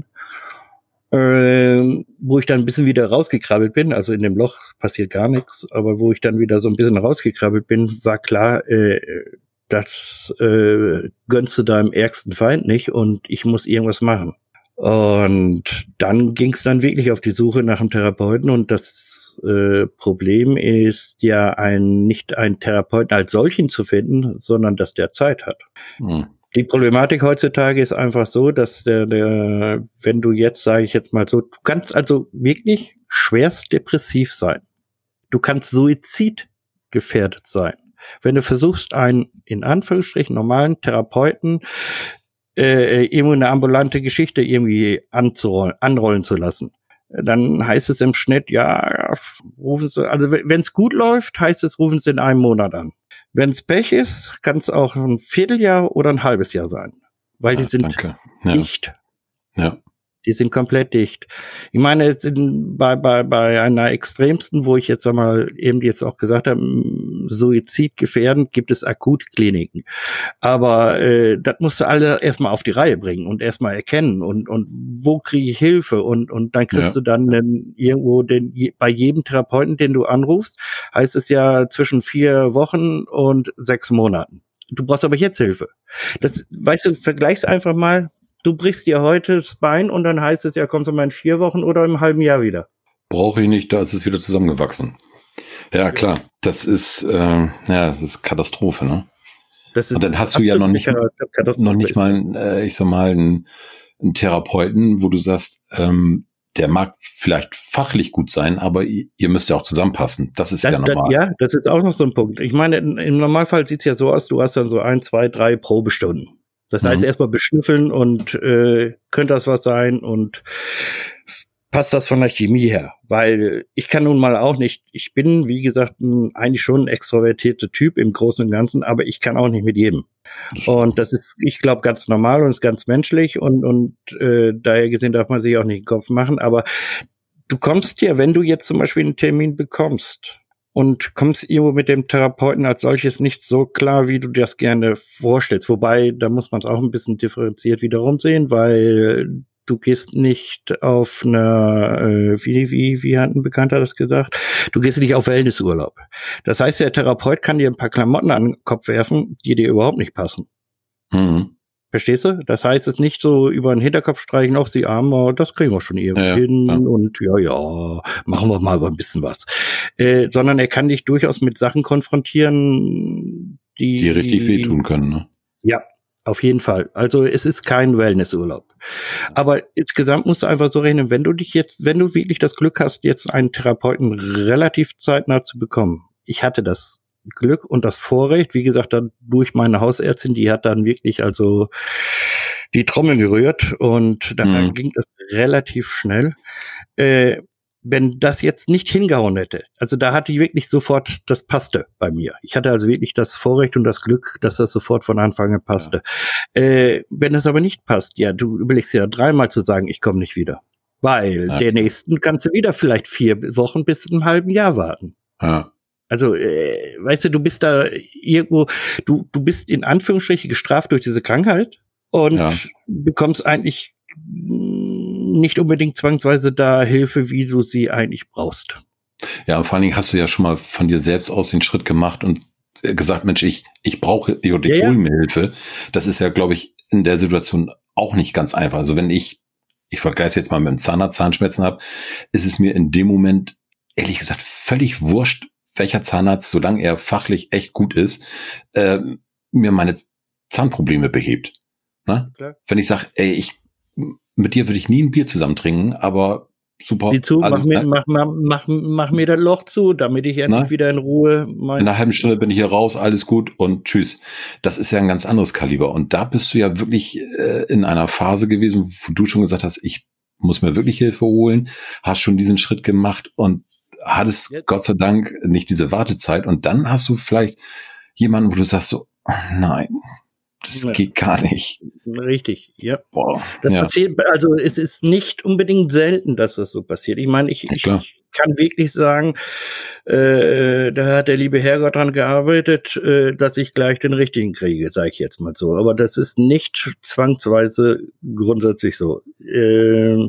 B: äh, wo ich dann ein bisschen wieder rausgekrabbelt bin, also in dem Loch passiert gar nichts, aber wo ich dann wieder so ein bisschen rausgekrabbelt bin, war klar, äh, das äh, gönnst du deinem ärgsten Feind nicht und ich muss irgendwas machen. Und dann ging es dann wirklich auf die Suche nach einem Therapeuten und das äh, Problem ist ja ein nicht einen Therapeuten als solchen zu finden, sondern dass der Zeit hat. Hm. Die Problematik heutzutage ist einfach so, dass der, der, wenn du jetzt, sage ich jetzt mal so, du kannst also wirklich schwerst depressiv sein. Du kannst suizidgefährdet sein. Wenn du versuchst, einen, in Anführungsstrichen, normalen Therapeuten äh, irgendwo eine ambulante Geschichte irgendwie anzurollen, anrollen zu lassen, dann heißt es im Schnitt, ja, rufen Sie, also wenn es gut läuft, heißt es, rufen Sie in einem Monat an. Wenn es Pech ist, kann es auch ein Vierteljahr oder ein halbes Jahr sein, weil ja, die sind
A: danke. Ja.
B: dicht.
A: Ja.
B: Die sind komplett dicht. Ich meine, jetzt in, bei, bei, bei einer extremsten, wo ich jetzt einmal eben jetzt auch gesagt habe, suizidgefährdend, gibt es Akutkliniken. Aber äh, das musst du alle erstmal auf die Reihe bringen und erstmal erkennen und und wo kriege ich Hilfe und und dann kriegst ja. du dann den, irgendwo den bei jedem Therapeuten, den du anrufst, heißt es ja zwischen vier Wochen und sechs Monaten. Du brauchst aber jetzt Hilfe. Das, weißt du, vergleich's einfach mal. Du brichst dir heute das Bein und dann heißt es ja, kommst du mal in vier Wochen oder im halben Jahr wieder.
A: Brauche ich nicht, da ist es wieder zusammengewachsen. Ja, klar, das ist, äh, ja, das ist Katastrophe, ne? Das ist und dann hast du ja noch nicht, noch nicht mal, äh, ich sag mal, einen, einen Therapeuten, wo du sagst, ähm, der mag vielleicht fachlich gut sein, aber ihr, ihr müsst ja auch zusammenpassen. Das ist das, ja normal.
B: Das, ja, das ist auch noch so ein Punkt. Ich meine, im Normalfall sieht's ja so aus, du hast dann so ein, zwei, drei Probestunden. Das heißt, mhm. erstmal beschnüffeln und äh, könnte das was sein und passt das von der Chemie her? Weil ich kann nun mal auch nicht, ich bin, wie gesagt, ein, eigentlich schon ein extrovertierter Typ im Großen und Ganzen, aber ich kann auch nicht mit jedem. Und das ist, ich glaube, ganz normal und ist ganz menschlich und und äh, daher gesehen darf man sich auch nicht den Kopf machen. Aber du kommst ja, wenn du jetzt zum Beispiel einen Termin bekommst, und kommst irgendwo mit dem Therapeuten als solches nicht so klar, wie du dir das gerne vorstellst. Wobei, da muss man es auch ein bisschen differenziert wiederum sehen, weil du gehst nicht auf eine, äh, wie, wie, wie hat ein Bekannter das gesagt? Du gehst nicht auf Wellnessurlaub. Das heißt, der Therapeut kann dir ein paar Klamotten an den Kopf werfen, die dir überhaupt nicht passen. Mhm. Verstehst du? Das heißt es nicht so über den Hinterkopf streichen, auch sie Armer, das kriegen wir schon irgendwie ja, hin ja. und ja, ja, machen wir mal ein bisschen was. Äh, sondern er kann dich durchaus mit Sachen konfrontieren, die...
A: Die richtig wehtun können, ne?
B: Ja, auf jeden Fall. Also es ist kein Wellnessurlaub. Aber insgesamt musst du einfach so rechnen, wenn du dich jetzt, wenn du wirklich das Glück hast, jetzt einen Therapeuten relativ zeitnah zu bekommen. Ich hatte das Glück und das Vorrecht, wie gesagt, dann durch meine Hausärztin, die hat dann wirklich also die Trommel gerührt und dann mhm. ging das relativ schnell. Äh, wenn das jetzt nicht hingehauen hätte, also da hatte ich wirklich sofort, das passte bei mir. Ich hatte also wirklich das Vorrecht und das Glück, dass das sofort von Anfang an passte. Ja. Äh, wenn das aber nicht passt, ja, du überlegst ja dreimal zu sagen, ich komme nicht wieder. Weil ja, der klar. nächsten kannst du wieder vielleicht vier Wochen bis zu einem halben Jahr warten.
A: Ja.
B: Also, äh, weißt du, du bist da irgendwo, du, du bist in Anführungsstrichen gestraft durch diese Krankheit und ja. bekommst eigentlich nicht unbedingt zwangsweise da Hilfe, wie du sie eigentlich brauchst.
A: Ja, und vor allen Dingen hast du ja schon mal von dir selbst aus den Schritt gemacht und gesagt, Mensch, ich, ich brauche, ich, ich ja, hole mir Hilfe. Das ist ja, glaube ich, in der Situation auch nicht ganz einfach. Also wenn ich, ich vergleiche jetzt mal mit dem Zahnarzt Zahnschmerzen habe, ist es mir in dem Moment, ehrlich gesagt, völlig wurscht, welcher Zahnarzt, solange er fachlich echt gut ist, äh, mir meine Zahnprobleme behebt. Ne? Wenn ich sage, ey, ich mit dir würde ich nie ein Bier zusammen trinken, aber super.
B: Sieh zu, alles, mach, mir, ne? mach, mach, mach, mach mir das Loch zu, damit ich endlich wieder in Ruhe mein...
A: In einer halben Stunde bin ich hier raus, alles gut und tschüss. Das ist ja ein ganz anderes Kaliber. Und da bist du ja wirklich äh, in einer Phase gewesen, wo du schon gesagt hast, ich muss mir wirklich Hilfe holen, hast schon diesen Schritt gemacht und hattest Jetzt. Gott sei Dank nicht diese Wartezeit. Und dann hast du vielleicht jemanden, wo du sagst so, oh nein, das ja. geht gar nicht.
B: Richtig, ja.
A: Boah,
B: das
A: ja.
B: passiert, also es ist nicht unbedingt selten, dass das so passiert. Ich meine, ich, ich kann wirklich sagen, äh, da hat der liebe Herrgott dran gearbeitet, äh, dass ich gleich den richtigen kriege, sage ich jetzt mal so. Aber das ist nicht zwangsweise grundsätzlich so. Äh,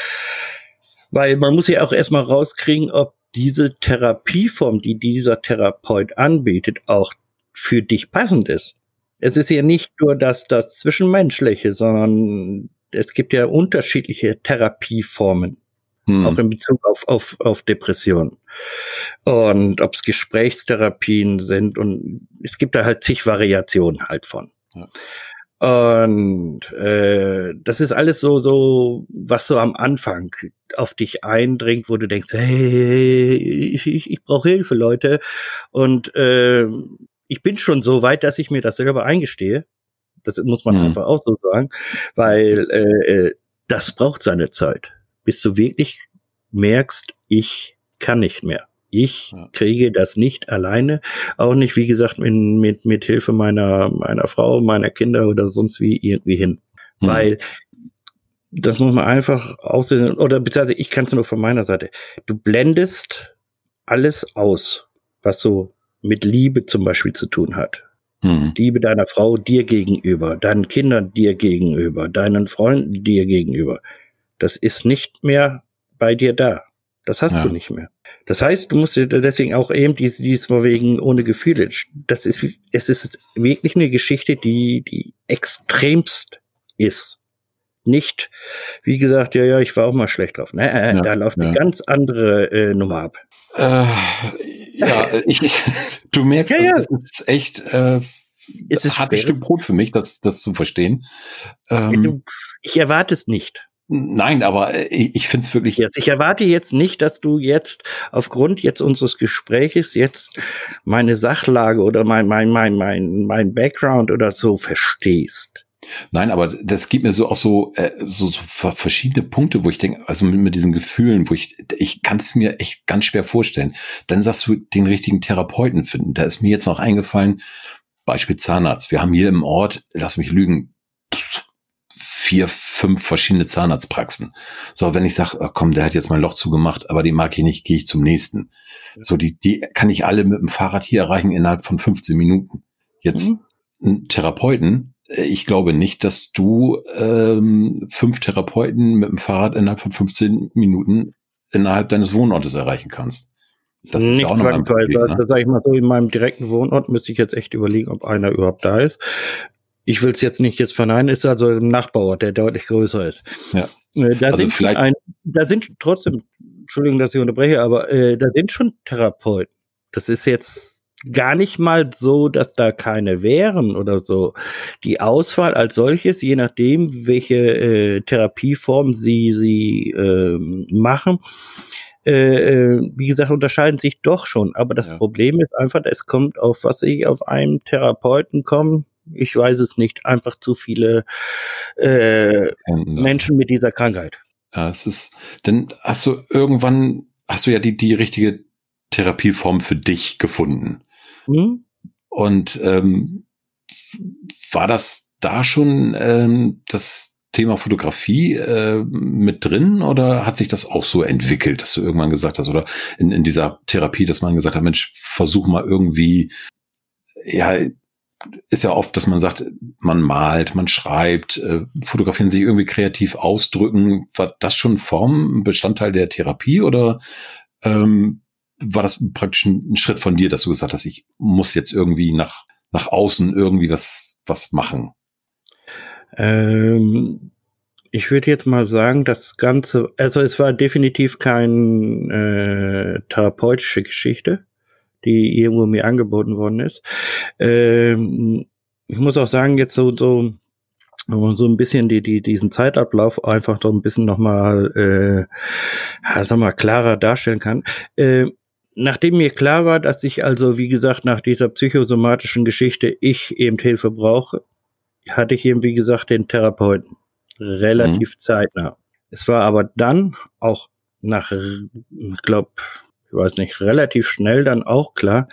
B: weil man muss ja auch erstmal rauskriegen, ob diese Therapieform, die dieser Therapeut anbietet, auch für dich passend ist. Es ist ja nicht nur das, das Zwischenmenschliche, sondern es gibt ja unterschiedliche Therapieformen, hm. auch in Bezug auf, auf, auf Depressionen. Und ob es Gesprächstherapien sind und es gibt da halt zig Variationen halt von. Ja. Und äh, das ist alles so, so, was so am Anfang auf dich eindringt, wo du denkst, hey, ich, ich, ich brauche Hilfe, Leute. Und äh, ich bin schon so weit, dass ich mir das selber eingestehe. Das muss man mhm. einfach auch so sagen, weil äh, das braucht seine Zeit, bis du wirklich merkst, ich kann nicht mehr. Ich ja. kriege das nicht alleine, auch nicht, wie gesagt, mit, mit, mit Hilfe meiner, meiner Frau, meiner Kinder oder sonst wie irgendwie hin. Mhm. Weil das muss man einfach aussehen, oder beziehungsweise ich kann es nur von meiner Seite. Du blendest alles aus, was so mit Liebe zum Beispiel zu tun hat. Mhm. Liebe deiner Frau dir gegenüber, deinen Kindern dir gegenüber, deinen Freunden dir gegenüber. Das ist nicht mehr bei dir da. Das hast ja. du nicht mehr. Das heißt, du musst dir deswegen auch eben dies, dies mal wegen ohne Gefühle. Das ist, es ist wirklich eine Geschichte, die, die extremst ist. Nicht, wie gesagt, ja, ja, ich war auch mal schlecht drauf. Ne, äh, ja, da läuft ja. eine ganz andere äh, Nummer ab.
A: Äh, ja, ich, ich, du merkst, ja, ja. das ist echt äh, es ist hartes Stück Brot für mich, das, das zu verstehen. Ähm,
B: du, ich erwarte es nicht.
A: Nein, aber ich, ich finde es wirklich...
B: Jetzt, ich erwarte jetzt nicht, dass du jetzt aufgrund jetzt unseres Gespräches jetzt meine Sachlage oder mein, mein, mein, mein, mein Background oder so verstehst.
A: Nein, aber das gibt mir so auch so, äh, so, so verschiedene Punkte, wo ich denke, also mit, mit diesen Gefühlen, wo ich, ich kann es mir echt ganz schwer vorstellen. Dann sagst du, den richtigen Therapeuten finden. Da ist mir jetzt noch eingefallen, Beispiel Zahnarzt. Wir haben hier im Ort, lass mich lügen, vier, fünf verschiedene Zahnarztpraxen. So, wenn ich sage, oh, komm, der hat jetzt mein Loch zugemacht, aber die mag ich nicht, gehe ich zum nächsten. Ja. So, die, die kann ich alle mit dem Fahrrad hier erreichen innerhalb von fünfzehn Minuten. Jetzt mhm. einen Therapeuten, ich glaube nicht, dass du ähm, fünf Therapeuten mit dem Fahrrad innerhalb von fünfzehn Minuten innerhalb deines Wohnortes erreichen kannst.
B: Das ist nicht ja auch noch ein Problem, ne? Das sage ich mal so, in meinem direkten Wohnort müsste ich jetzt echt überlegen, ob einer überhaupt da ist. ich will es jetzt nicht jetzt verneinen, ist also ein Nachbarort, der deutlich größer ist.
A: Ja.
B: Äh, da,
A: also
B: sind
A: vielleicht
B: ein, da sind trotzdem, Entschuldigung, dass ich unterbreche, aber äh, da sind schon Therapeuten. Das ist jetzt gar nicht mal so, dass da keine wären oder so. Die Auswahl als solches, je nachdem, welche äh, Therapieform sie, sie äh, machen, äh, wie gesagt, unterscheiden sich doch schon. Aber das
A: Ja.
B: Problem ist einfach, es kommt auf, was ich auf einen Therapeuten komme. Ich weiß es nicht. Einfach zu viele äh, Menschen mit dieser Krankheit.
A: Ja, es ist, denn hast du irgendwann, hast du ja die, die richtige Therapieform für dich gefunden.
B: Hm?
A: Und ähm, war das da schon ähm, das Thema Fotografie äh, mit drin oder hat sich das auch so entwickelt, dass du irgendwann gesagt hast, oder in, in dieser Therapie, dass man gesagt hat, Mensch, versuch mal irgendwie, ja, ist ja oft, dass man sagt, man malt, man schreibt, äh, fotografieren, sich irgendwie kreativ ausdrücken. War das schon Form, Bestandteil der Therapie oder ähm, war das praktisch ein, ein Schritt von dir, dass du gesagt hast, ich muss jetzt irgendwie nach, nach außen irgendwie was, was machen?
B: Ähm, ich würde jetzt mal sagen, das Ganze, also es war definitiv keine äh, therapeutische Geschichte, die irgendwo mir angeboten worden ist. Ähm, ich muss auch sagen, jetzt so, so, wenn man so ein bisschen die, die, diesen Zeitablauf einfach so ein bisschen nochmal, äh, ja, sag mal, klarer darstellen kann. Äh, nachdem mir klar war, dass ich also, wie gesagt, nach dieser psychosomatischen Geschichte ich eben Hilfe brauche, hatte ich eben, wie gesagt, den Therapeuten. Relativ mhm. zeitnah. Es war aber dann auch nach, ich glaube, ich weiß nicht, relativ schnell dann auch klar,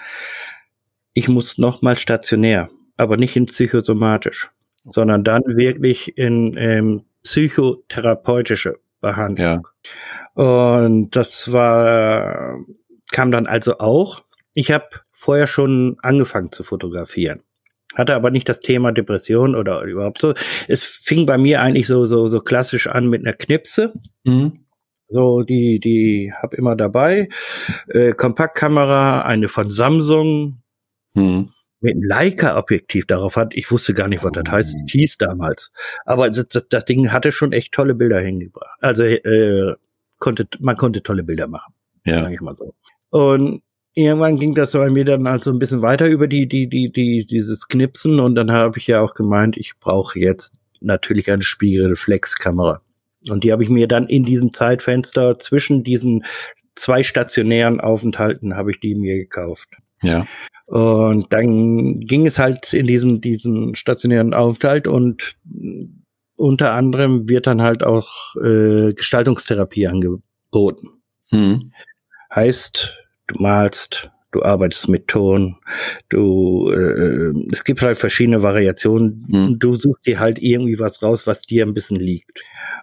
B: ich muss nochmal stationär, aber nicht in psychosomatisch, sondern dann wirklich in ähm, psychotherapeutische Behandlung. Ja. Und das war, kam dann also auch, ich habe vorher schon angefangen zu fotografieren, hatte aber nicht das Thema Depression oder überhaupt so. Es fing bei mir eigentlich so so so klassisch an mit einer Knipse. Mhm. So, die, die hab immer dabei. Äh, Kompaktkamera, eine von Samsung, hm. mit einem Leica-Objektiv darauf hat. Ich wusste gar nicht, was das heißt, hieß damals. Aber das, das, das Ding hatte schon echt tolle Bilder hingebracht. Also äh, konnte, man konnte tolle Bilder machen, ja. Sag ich mal so. Und irgendwann ging das bei mir dann halt so ein bisschen weiter über die, die, die, die, dieses Knipsen. Und dann habe ich ja auch gemeint, ich brauche jetzt natürlich eine Spiegelreflexkamera. Und die habe ich mir dann in diesem Zeitfenster zwischen diesen zwei stationären Aufenthalten habe ich die mir gekauft.
A: Ja.
B: Und dann ging es halt in diesen, diesen stationären Aufenthalt und unter anderem wird dann halt auch äh, Gestaltungstherapie angeboten. Hm. Heißt, du malst, du arbeitest mit Ton, du, äh, es gibt halt verschiedene Variationen. Hm. Du suchst dir halt irgendwie was raus, was dir ein bisschen liegt.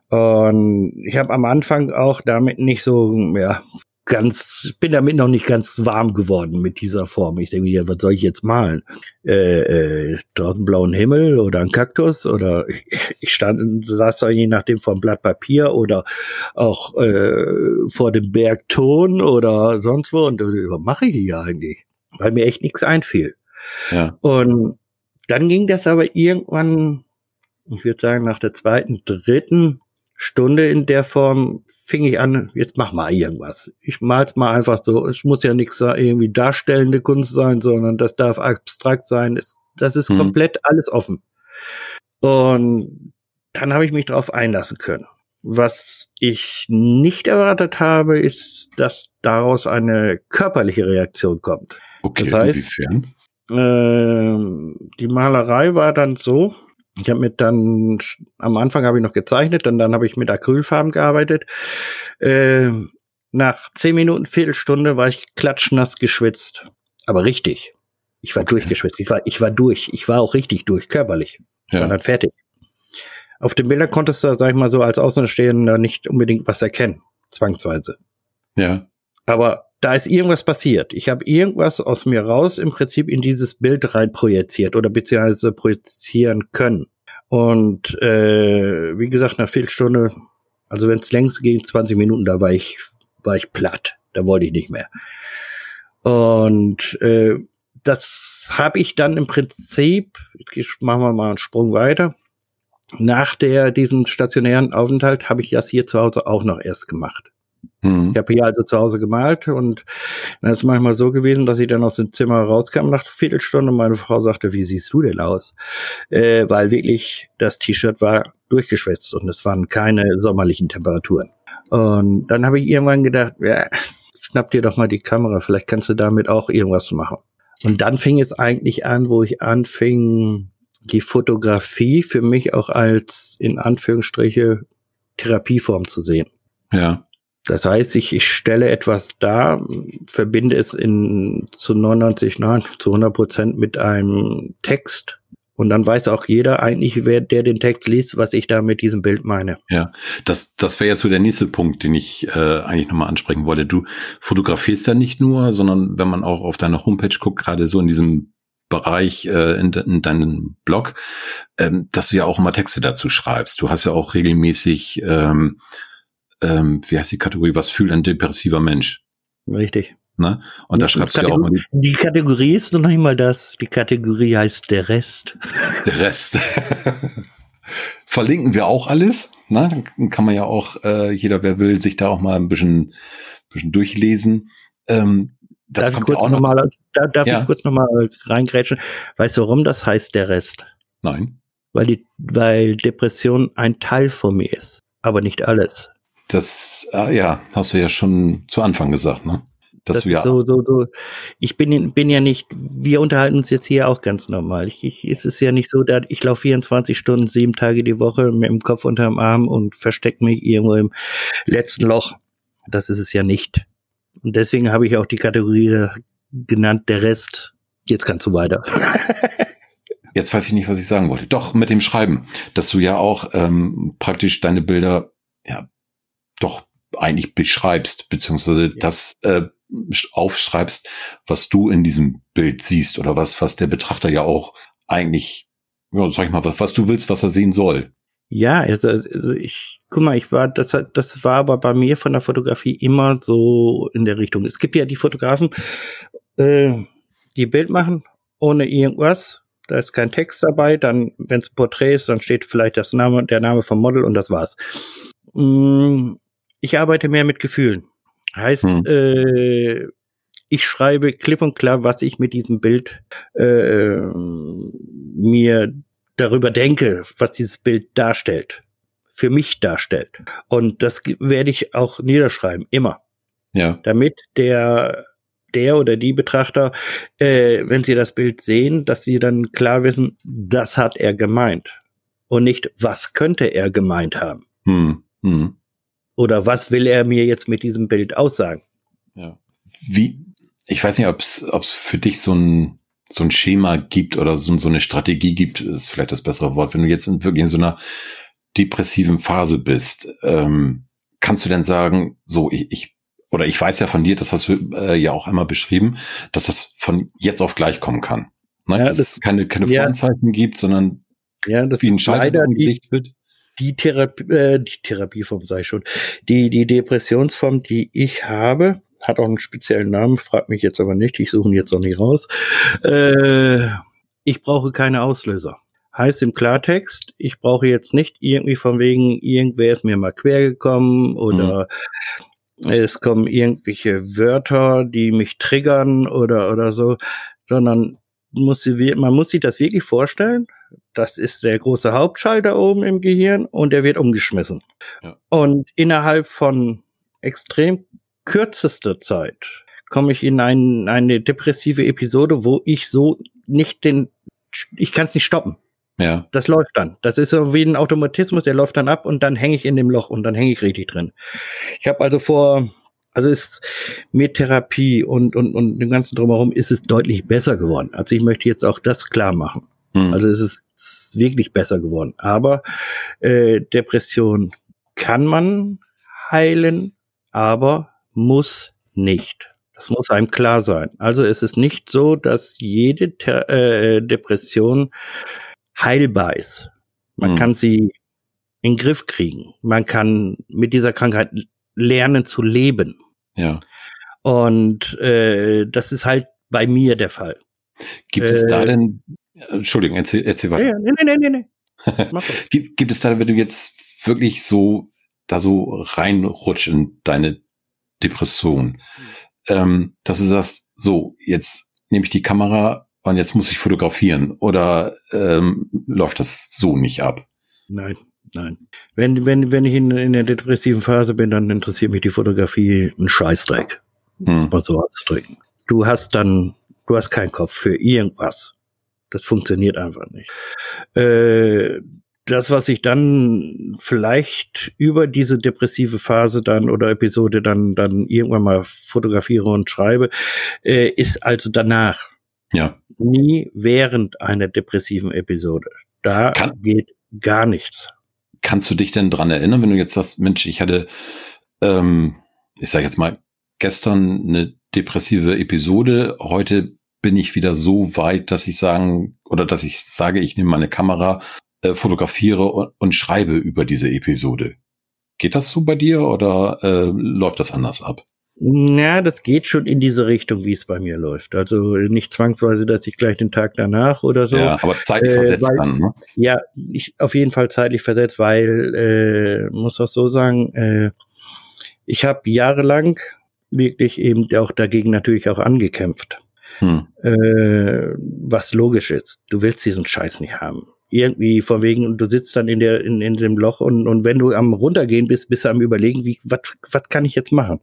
B: Und ich habe am Anfang auch damit nicht so, ja, ganz, bin damit noch nicht ganz warm geworden mit dieser Form. Ich denke, ja, was soll ich jetzt malen? Äh, äh, draußen blauen Himmel oder ein Kaktus oder ich, ich stand, saß da je nachdem vor einem Blatt Papier oder auch äh, vor dem Berg Ton oder sonst wo und was mache ich hier eigentlich? Weil mir echt nichts einfiel.
A: Ja.
B: Und dann ging das aber irgendwann, ich würde sagen, nach der zweiten, dritten Stunde in der Form fing ich an, jetzt mach mal irgendwas. Ich mal's mal einfach so. Es muss ja nichts irgendwie darstellende Kunst sein, sondern das darf abstrakt sein. Es, das ist hm. komplett alles offen. Und dann habe ich mich darauf einlassen können. Was ich nicht erwartet habe, ist, dass daraus eine körperliche Reaktion kommt.
A: Okay,
B: das heißt,
A: inwiefern?
B: Äh, die Malerei war dann so, ich habe mit dann, am Anfang habe ich noch gezeichnet und dann habe ich mit Acrylfarben gearbeitet. Äh, nach zehn Minuten, Viertelstunde war ich klatschnass geschwitzt. Aber richtig. Ich war okay. durchgeschwitzt. Ich war, ich war durch. Ich war auch richtig durch, körperlich. Ich ja. war dann fertig. Auf den Bildern konntest du, sag ich mal so, als Außenstehender nicht unbedingt was erkennen. Zwangsweise.
A: Ja.
B: Aber da ist irgendwas passiert. Ich habe irgendwas aus mir raus im Prinzip in dieses Bild rein projiziert oder beziehungsweise projizieren können. Und äh, wie gesagt, nach Viertelstunde, also wenn es längst ging, zwanzig Minuten, da war ich, war ich platt. Da wollte ich nicht mehr. Und äh, das habe ich dann im Prinzip, machen wir mal einen Sprung weiter, nach der diesem stationären Aufenthalt habe ich das hier zu Hause auch noch erst gemacht. Mhm. Ich habe hier also zu Hause gemalt und dann ist es manchmal so gewesen, dass ich dann aus dem Zimmer rauskam nach einer Viertelstunde und meine Frau sagte, wie siehst du denn aus? Äh, weil wirklich das T-Shirt war durchgeschwitzt und es waren keine sommerlichen Temperaturen. Und dann habe ich irgendwann gedacht, ja, schnapp dir doch mal die Kamera, vielleicht kannst du damit auch irgendwas machen. Und dann fing es eigentlich an, wo ich anfing, die Fotografie für mich auch als, in Anführungsstriche, Therapieform zu sehen.
A: Ja.
B: Das heißt, ich, ich stelle etwas dar, verbinde es in zu neunundneunzig, nein, zu hundert Prozent mit einem Text. Und dann weiß auch jeder eigentlich, wer der den Text liest, was ich da mit diesem Bild meine.
A: Ja, das das wäre jetzt so der nächste Punkt, den ich äh, eigentlich nochmal ansprechen wollte. Du fotografierst ja nicht nur, sondern wenn man auch auf deiner Homepage guckt, gerade so in diesem Bereich äh, in, de, in deinem Blog, ähm, dass du ja auch immer Texte dazu schreibst. Du hast ja auch regelmäßig, ähm, ähm, wie heißt die Kategorie, was fühlt ein depressiver Mensch?
B: Richtig.
A: Ne? Und da schreibst du ja auch mal die,
B: die Kategorie ist noch nicht mal das. Die Kategorie heißt der Rest.
A: Der Rest. Verlinken wir auch alles. Ne? Dann kann man ja auch, äh, jeder, wer will, sich da auch mal ein bisschen, bisschen durchlesen. Ähm, das
B: darf
A: kommt
B: ich kurz
A: ja auch noch.
B: Mal, da, darf
A: ja.
B: ich kurz nochmal reingrätschen? Weißt du, warum das heißt der Rest?
A: Nein.
B: Weil die, weil Depression ein Teil von mir ist, aber nicht alles.
A: Das, ah, ja, hast du ja schon zu Anfang gesagt, ne?
B: Das, das ist so, so, so. Ich bin, bin ja nicht, wir unterhalten uns jetzt hier auch ganz normal. Ich, ich, es ist ja nicht so, dass ich laufe vierundzwanzig Stunden, sieben Tage die Woche mit dem Kopf unterm Arm und verstecke mich irgendwo im letzten Loch. Das ist es ja nicht. Und deswegen habe ich auch die Kategorie genannt, der Rest. Jetzt kannst du weiter.
A: Jetzt weiß ich nicht, was ich sagen wollte. Doch, mit dem Schreiben, dass du ja auch ähm, praktisch deine Bilder ja doch eigentlich beschreibst, beziehungsweise ja. das äh, aufschreibst, was du in diesem Bild siehst oder was, was der Betrachter ja auch eigentlich, ja, sag ich mal, was, was du willst, was er sehen soll.
B: Ja, also, also ich, guck mal, ich war, das, das war aber bei mir von der Fotografie immer so in der Richtung. Es gibt ja die Fotografen, äh, die Bild machen ohne irgendwas. Da ist kein Text dabei. Dann, wenn es ein Porträt ist, dann steht vielleicht das Name, der Name vom Model und das war's. Ich arbeite mehr mit Gefühlen. Heißt, hm. äh, ich schreibe klipp und klar, was ich mit diesem Bild äh, mir darüber denke, was dieses Bild darstellt, für mich darstellt. Und das werde ich auch niederschreiben, immer.
A: Ja.
B: Damit der, der oder die Betrachter, äh, wenn sie das Bild sehen, dass sie dann klar wissen, das hat er gemeint. Und nicht, was könnte er gemeint haben.
A: Hm. Hm.
B: Oder was will er mir jetzt mit diesem Bild aussagen?
A: Ja. Wie, ich weiß nicht, ob es für dich so ein so ein Schema gibt oder so, so eine Strategie gibt, ist vielleicht das bessere Wort. Wenn du jetzt in, wirklich in so einer depressiven Phase bist, ähm, kannst du denn sagen, so ich, ich oder ich weiß ja von dir, das hast du äh, ja auch einmal beschrieben, dass das von jetzt auf gleich kommen kann. Ne?
B: Ja,
A: dass
B: das,
A: es keine, keine
B: ja.
A: Voranzeichen gibt, sondern
B: ja, das
A: wie ein Schalter umgelegt wird.
B: Die Therapie, äh, die Therapieform sei schon, die, die Depressionsform, die ich habe, hat auch einen speziellen Namen, frag mich jetzt aber nicht, ich suche ihn jetzt noch nicht raus. Äh, ich brauche keine Auslöser. Heißt im Klartext, ich brauche jetzt nicht irgendwie von wegen, irgendwer ist mir mal quer gekommen oder mhm. es kommen irgendwelche Wörter, die mich triggern oder, oder so, sondern muss sie, man muss sich das wirklich vorstellen. Das ist der große Hauptschalter oben im Gehirn und der wird umgeschmissen. Ja. Und innerhalb von extrem kürzester Zeit komme ich in ein, eine depressive Episode, wo ich so nicht den, ich kann es nicht stoppen.
A: Ja.
B: Das läuft dann. Das ist so wie ein Automatismus, der läuft dann ab und dann hänge ich in dem Loch und dann hänge ich richtig drin. Ich habe also vor, also ist mit Therapie und, und, und dem ganzen Drumherum ist es deutlich besser geworden. Also ich möchte jetzt auch das klar machen. Hm. Also es ist wirklich besser geworden. Aber äh, Depression kann man heilen, aber muss nicht. Das muss einem klar sein. Also es ist nicht so, dass jede Ter- äh, Depression heilbar ist. Man mhm. kann sie in den Griff kriegen. Man kann mit dieser Krankheit lernen zu leben.
A: Ja.
B: Und äh, das ist halt bei mir der Fall.
A: Gibt äh, es da denn, Entschuldigung, erzähl, erzähl weiter.
B: Ja, nee, nee, nee, nee.
A: gibt, gibt es da, wenn du jetzt wirklich so da so reinrutscht in deine Depression, mhm. ähm, dass du sagst, so, jetzt nehme ich die Kamera und jetzt muss ich fotografieren, oder ähm, läuft das so nicht ab?
B: Nein, nein. Wenn, wenn, wenn ich in, in der depressiven Phase bin, dann interessiert mich die Fotografie ein Scheißdreck. Hm. Mal so auszudrücken. Du hast dann, du hast keinen Kopf für irgendwas. Das funktioniert einfach nicht. Äh, das, was ich dann vielleicht über diese depressive Phase dann oder Episode dann, dann irgendwann mal fotografiere und schreibe, äh, ist also danach.
A: Ja.
B: Nie während einer depressiven Episode. Da Kann, geht gar nichts.
A: Kannst du dich denn dran erinnern, wenn du jetzt sagst, Mensch, ich hatte, ähm, ich sage jetzt mal, gestern eine depressive Episode, heute bin ich wieder so weit, dass ich sagen, oder dass ich sage, ich nehme meine Kamera, äh, fotografiere und, und schreibe über diese Episode. Geht das so bei dir oder äh, läuft das anders ab?
B: Ja, das geht schon in diese Richtung, wie es bei mir läuft. Also nicht zwangsweise, dass ich gleich den Tag danach oder so.
A: Ja, aber zeitlich äh, versetzt
B: weil,
A: dann, ne?
B: Ja, ich, auf jeden Fall zeitlich versetzt, weil, äh, muss auch so sagen, äh, ich habe jahrelang wirklich eben auch dagegen natürlich auch angekämpft. Hm. Äh, was logisch ist. Du willst diesen Scheiß nicht haben. Irgendwie von wegen, und du sitzt dann in der in, in dem Loch und, und wenn du am runtergehen bist, bist du am überlegen, wie was was kann ich jetzt machen?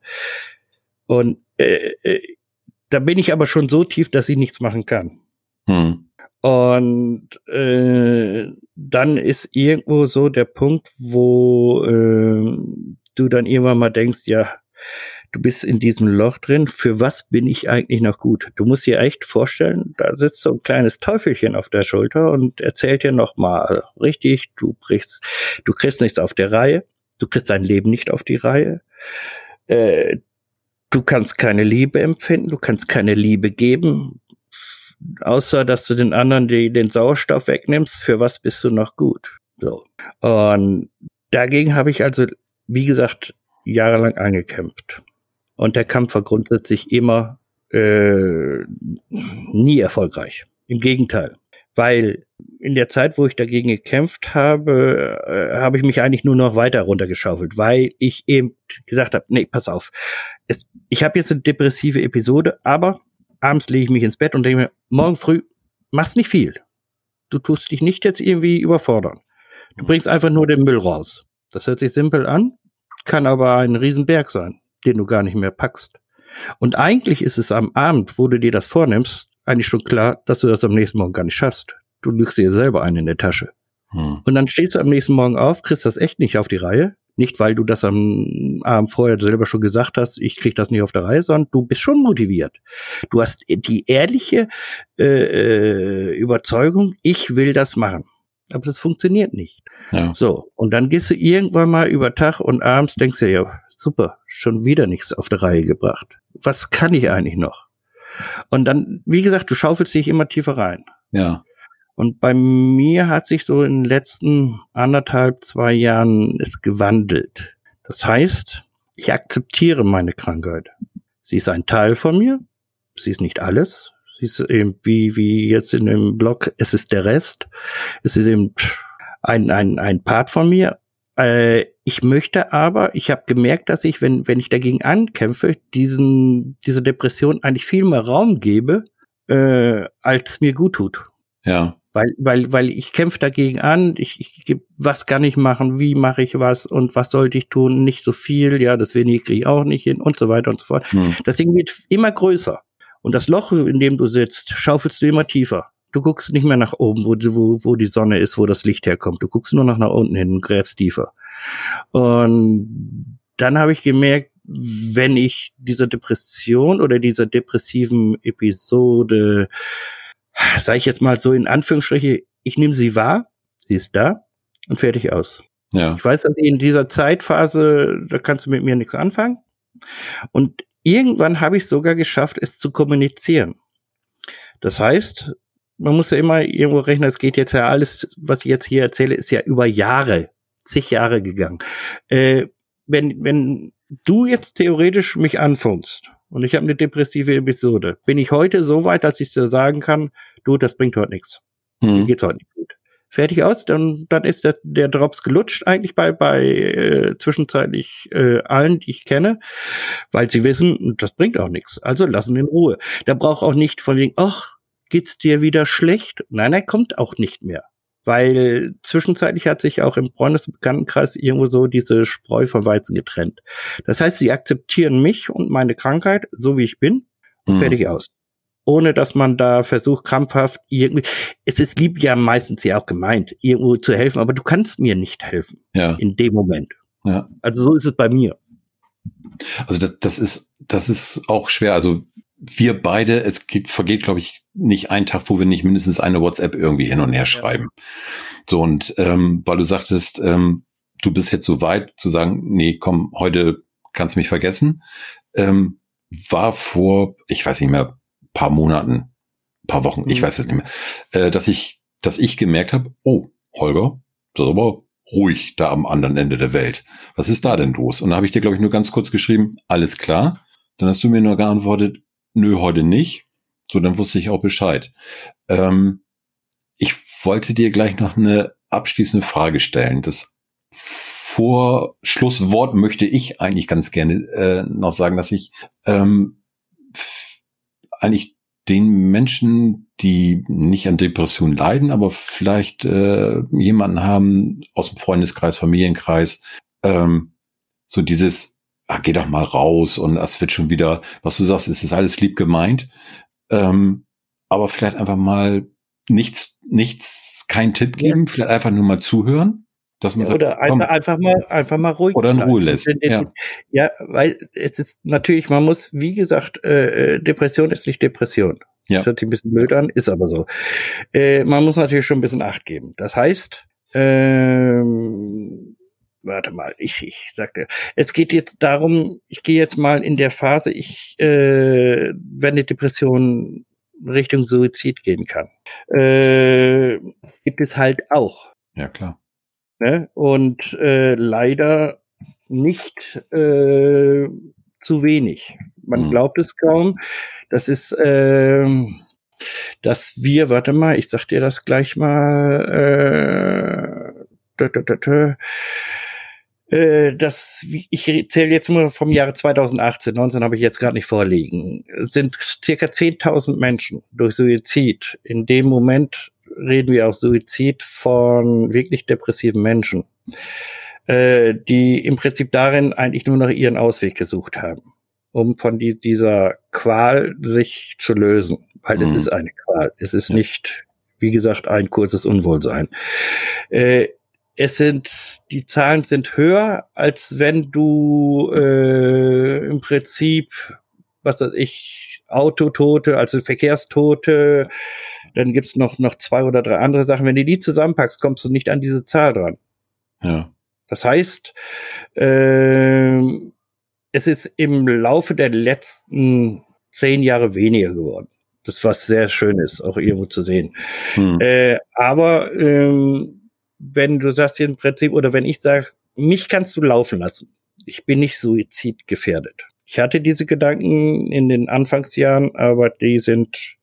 B: Und äh, äh, da bin ich aber schon so tief, dass ich nichts machen kann. Hm. Und äh, dann ist irgendwo so der Punkt, wo äh, du dann irgendwann mal denkst, ja, du bist in diesem Loch drin, für was bin ich eigentlich noch gut? Du musst dir echt vorstellen, da sitzt so ein kleines Teufelchen auf der Schulter und erzählt dir nochmal, richtig, du kriegst, du kriegst nichts auf der Reihe, du kriegst dein Leben nicht auf die Reihe, äh, du kannst keine Liebe empfinden, du kannst keine Liebe geben, außer dass du den anderen die, den Sauerstoff wegnimmst, für was bist du noch gut? So. Und dagegen habe ich also, wie gesagt, jahrelang angekämpft. Und der Kampf war grundsätzlich immer äh, nie erfolgreich. Im Gegenteil. Weil in der Zeit, wo ich dagegen gekämpft habe, äh, habe ich mich eigentlich nur noch weiter runtergeschaufelt, weil ich eben gesagt habe, nee, pass auf. Es, ich habe jetzt eine depressive Episode, aber abends lege ich mich ins Bett und denke mir, morgen früh machst nicht viel. Du tust dich nicht jetzt irgendwie überfordern. Du bringst einfach nur den Müll raus. Das hört sich simpel an, kann aber ein Riesenberg sein, den du gar nicht mehr packst. Und eigentlich ist es am Abend, wo du dir das vornimmst, eigentlich schon klar, dass du das am nächsten Morgen gar nicht schaffst. Du lügst dir selber einen in der Tasche. Hm. Und dann stehst du am nächsten Morgen auf, kriegst das echt nicht auf die Reihe. Nicht, weil du das am Abend vorher selber schon gesagt hast, ich krieg das nicht auf der Reihe, sondern du bist schon motiviert. Du hast die ehrliche äh, Überzeugung, ich will das machen. Aber das funktioniert nicht. Ja. So, und dann gehst du irgendwann mal über Tag und abends denkst du, ja, super, schon wieder nichts auf der Reihe gebracht. Was kann ich eigentlich noch? Und dann, wie gesagt, du schaufelst dich immer tiefer rein.
A: Ja.
B: Und bei mir hat sich so in den letzten anderthalb, zwei Jahren es gewandelt. Das heißt, ich akzeptiere meine Krankheit. Sie ist ein Teil von mir. Sie ist nicht alles. Sie ist eben wie, wie jetzt in dem Blog, es ist der Rest. Es ist eben ein, ein, ein Part von mir. Äh, ich möchte aber, ich habe gemerkt, dass ich, wenn, wenn ich dagegen ankämpfe, diesen, diese Depression eigentlich viel mehr Raum gebe, äh, als mir gut tut.
A: Ja.
B: Weil, weil, weil ich kämpfe dagegen an, ich, ich, was kann ich machen, wie mache ich was und was sollte ich tun, nicht so viel, ja, das wenige kriege ich auch nicht hin und so weiter und so fort. Hm. Das Ding wird immer größer. Und das Loch, in dem du sitzt, schaufelst du immer tiefer. Du guckst nicht mehr nach oben, wo, wo, wo die Sonne ist, wo das Licht herkommt. Du guckst nur noch nach unten hin und gräbst tiefer. Und dann habe ich gemerkt, wenn ich diese Depression oder diese depressiven Episode, sage ich jetzt mal so in Anführungsstriche, ich nehme sie wahr, sie ist da und fertig aus.
A: Ja.
B: Ich weiß, dass in dieser Zeitphase, da kannst du mit mir nichts anfangen. Und irgendwann habe ich sogar geschafft, es zu kommunizieren. Das heißt, man muss ja immer irgendwo rechnen, es geht jetzt ja alles, was ich jetzt hier erzähle, ist ja über Jahre, zig Jahre gegangen. Äh, wenn, wenn du jetzt theoretisch mich anfängst und ich habe eine depressive Episode. Bin ich heute so weit, dass ich dir sagen kann, du, das bringt heute nichts. Mhm. Mir geht's heute nicht gut. Fertig aus, dann dann ist der, der Drops gelutscht eigentlich bei bei äh, zwischenzeitlich äh, allen, die ich kenne, weil sie wissen, das bringt auch nichts. Also lassen in Ruhe. Da braucht auch nicht von wegen, ach, geht's dir wieder schlecht? Nein, er kommt auch nicht mehr. Weil zwischenzeitlich hat sich auch im Freundes- und Bekanntenkreis irgendwo so diese Spreu vom Weizen getrennt. Das heißt, sie akzeptieren mich und meine Krankheit, so wie ich bin, und mhm. fertig aus. Ohne dass man da versucht, krampfhaft irgendwie, es ist lieb ja meistens ja auch gemeint, irgendwo zu helfen, aber du kannst mir nicht helfen.
A: Ja.
B: In dem Moment.
A: Ja.
B: Also so ist es bei mir.
A: Also das, das ist, das ist auch schwer. Also wir beide, es geht, vergeht, glaube ich, nicht ein Tag, wo wir nicht mindestens eine WhatsApp irgendwie hin und her schreiben. Ja. So, und ähm, weil du sagtest, ähm, du bist jetzt so weit zu sagen, nee, komm, heute kannst du mich vergessen, ähm, war vor, ich weiß nicht mehr, paar Monaten, paar Wochen, ich weiß es nicht mehr, äh, dass ich, dass ich gemerkt habe, oh, Holger, das ist aber ruhig da am anderen Ende der Welt. Was ist da denn los? Und da habe ich dir, glaube ich, nur ganz kurz geschrieben, alles klar. Dann hast du mir nur geantwortet, nö, heute nicht. So, dann wusste ich auch Bescheid. Ähm, ich wollte dir gleich noch eine abschließende Frage stellen. Das Vorschlusswort möchte ich eigentlich ganz gerne äh, noch sagen, dass ich ähm, eigentlich den Menschen, die nicht an Depressionen leiden, aber vielleicht äh, jemanden haben aus dem Freundeskreis, Familienkreis, ähm, so dieses, ah, geh doch mal raus und es wird schon wieder, was du sagst, es ist alles lieb gemeint, ähm, aber vielleicht einfach mal nichts, nichts, keinen Tipp geben, ja. Vielleicht einfach nur mal zuhören. Dass man
B: ja,
A: sagt,
B: oder
A: komm,
B: einfach, einfach mal, einfach mal ruhig
A: oder in
B: bleiben.
A: Ruhe lässt. Ja.
B: ja, weil es ist natürlich, man muss, wie gesagt, äh, Depression ist nicht Depression. Ja. Das hört sich ein bisschen blöd an, ist aber so. Äh, man muss natürlich schon ein bisschen Acht geben. Das heißt, ähm, warte mal, ich, ich sagte, es geht jetzt darum, ich gehe jetzt mal in der Phase, ich, äh, wenn eine Depression Richtung Suizid gehen kann. Äh, das gibt es halt auch.
A: Ja, klar.
B: Ne? Und äh, leider nicht äh, zu wenig. Man mhm. glaubt es kaum. Das ist, äh, dass wir, warte mal, ich sag dir das gleich mal, äh, da, da, da, da, äh, das, ich zähle jetzt mal vom Jahre zweitausendachtzehn, neunzehn habe ich jetzt gerade nicht vorliegen, sind circa zehntausend Menschen durch Suizid. In dem Moment reden wir auch Suizid von wirklich depressiven Menschen, äh, die im Prinzip darin eigentlich nur noch ihren Ausweg gesucht haben, um von die, dieser Qual sich zu lösen. Weil mhm. es ist eine Qual. Es ist ja. nicht, wie gesagt, ein kurzes Unwohlsein. Äh, es sind, die Zahlen sind höher, als wenn du äh, im Prinzip, was weiß ich, Autotote, also Verkehrstote, dann gibt's noch noch zwei oder drei andere Sachen. Wenn du die zusammenpackst, kommst du nicht an diese Zahl dran.
A: Ja.
B: Das heißt, äh, es ist im Laufe der letzten zehn Jahre weniger geworden. Das was sehr schön ist, auch irgendwo zu sehen. Hm. Äh, aber ähm, wenn du sagst hier im Prinzip, oder wenn ich sage, mich kannst du laufen lassen. Ich bin nicht suizidgefährdet. Ich hatte diese Gedanken in den Anfangsjahren, aber die sind,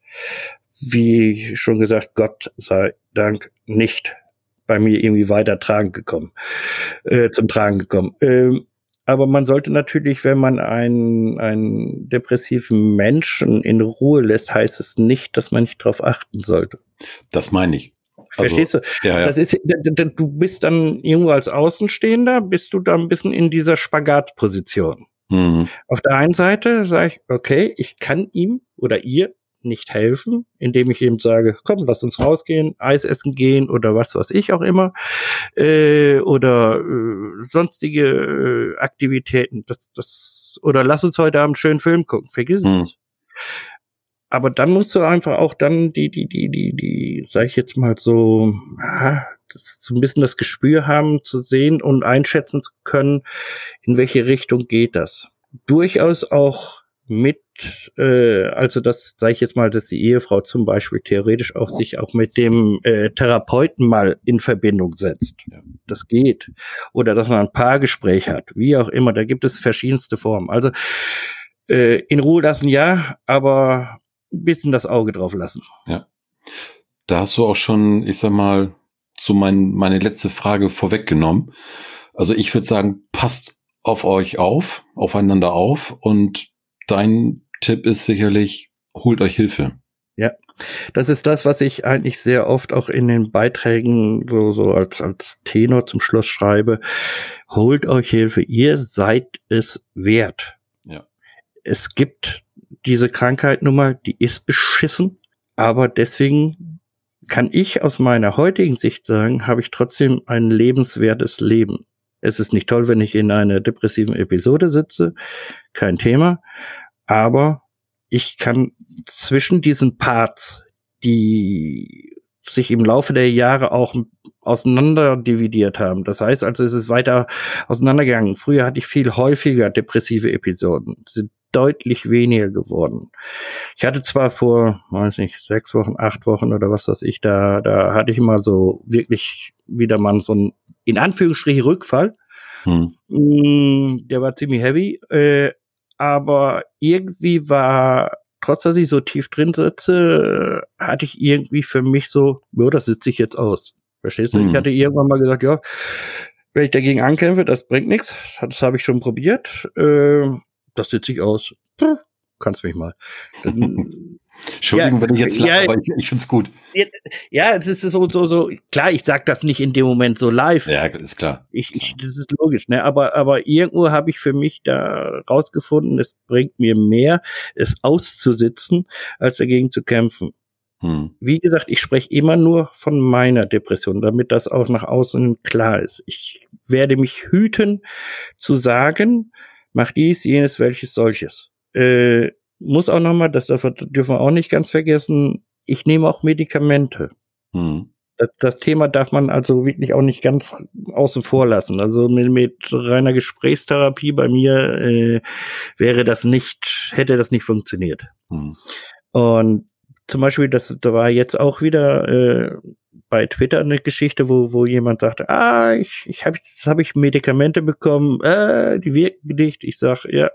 B: wie schon gesagt, Gott sei Dank nicht bei mir irgendwie weiter tragen gekommen, äh, zum Tragen gekommen. Ähm, aber man sollte natürlich, wenn man einen, einen depressiven Menschen in Ruhe lässt, heißt es nicht, dass man nicht darauf achten sollte.
A: Das meine ich. Also,
B: verstehst du? Ja, ja. Das ist, du bist dann irgendwo als Außenstehender, bist du da ein bisschen in dieser Spagatposition. Mhm. Auf der einen Seite sage ich, okay, ich kann ihm oder ihr nicht helfen, indem ich eben sage, komm, lass uns rausgehen, Eis essen gehen oder was weiß ich auch immer, äh, oder äh, sonstige äh, Aktivitäten, das, das, oder lass uns heute Abend einen schönen Film gucken, vergiss mhm. es. Aber dann musst du einfach auch dann die, die, die, die, die, sag ich jetzt mal so, ah, das, so ein bisschen das Gespür haben, zu sehen und einschätzen zu können, in welche Richtung geht das. Durchaus auch mit, äh, also das, sage ich jetzt mal, dass die Ehefrau zum Beispiel theoretisch auch sich auch mit dem äh, Therapeuten mal in Verbindung setzt. Ja. Das geht. Oder dass man ein Paargespräch hat, wie auch immer. Da gibt es verschiedenste Formen. Also Äh, in Ruhe lassen, ja, aber ein bisschen das Auge drauf lassen.
A: Ja. Da hast du auch schon, ich sag mal, so mein, meine letzte Frage vorweggenommen. Also ich würde sagen, passt auf euch auf, aufeinander auf, und dein Tipp ist sicherlich, holt euch Hilfe.
B: Ja, das ist das, was ich eigentlich sehr oft auch in den Beiträgen so, so als, als Tenor zum Schluss schreibe. Holt euch Hilfe, ihr seid es wert.
A: Ja.
B: Es gibt diese Krankheit nun mal, die ist beschissen, aber deswegen kann ich aus meiner heutigen Sicht sagen, habe ich trotzdem ein lebenswertes Leben. Es ist nicht toll, wenn ich in einer depressiven Episode sitze, kein Thema, aber ich kann zwischen diesen Parts, die sich im Laufe der Jahre auch auseinander dividiert haben. Das heißt also, es ist weiter auseinandergegangen. Früher hatte ich viel häufiger depressive Episoden, sind deutlich weniger geworden. Ich hatte zwar vor, weiß nicht, sechs Wochen, acht Wochen oder was weiß ich, da, da hatte ich mal so wirklich wieder mal so ein, in Anführungsstrichen, Rückfall. Hm. Der war ziemlich heavy, äh, aber irgendwie war, trotz dass ich so tief drin sitze, hatte ich irgendwie für mich so, ja, das sitze ich jetzt aus. Verstehst du? Hm. Ich hatte irgendwann mal gesagt, ja, wenn ich dagegen ankämpfe, das bringt nichts. Das habe ich schon probiert. Äh, das sitze ich aus. Puh, kannst mich mal. Dann,
A: Entschuldigung, ja, wenn ich jetzt lache, ja, aber ich, ich finde es gut.
B: Ja, es ist so, so, so, klar, ich sag das nicht in dem Moment so live.
A: Ja, ist klar.
B: Ich, ich, das ist logisch, ne? Aber, aber irgendwo habe ich für mich da rausgefunden, es bringt mir mehr, es auszusitzen, als dagegen zu kämpfen. Hm. Wie gesagt, ich spreche immer nur von meiner Depression, damit das auch nach außen klar ist. Ich werde mich hüten zu sagen, mach dies, jenes, welches, solches. Äh, muss auch nochmal, das dürfen wir auch nicht ganz vergessen, ich nehme auch Medikamente. Hm. Das, das Thema darf man also wirklich auch nicht ganz außen vor lassen. Also mit, mit reiner Gesprächstherapie bei mir äh, wäre das nicht, hätte das nicht funktioniert. Hm. Und zum Beispiel, das da war jetzt auch wieder äh, bei Twitter eine Geschichte, wo wo jemand sagte, ah, ich ich habe jetzt habe ich Medikamente bekommen, äh, die wirken nicht. Ich sag, ja,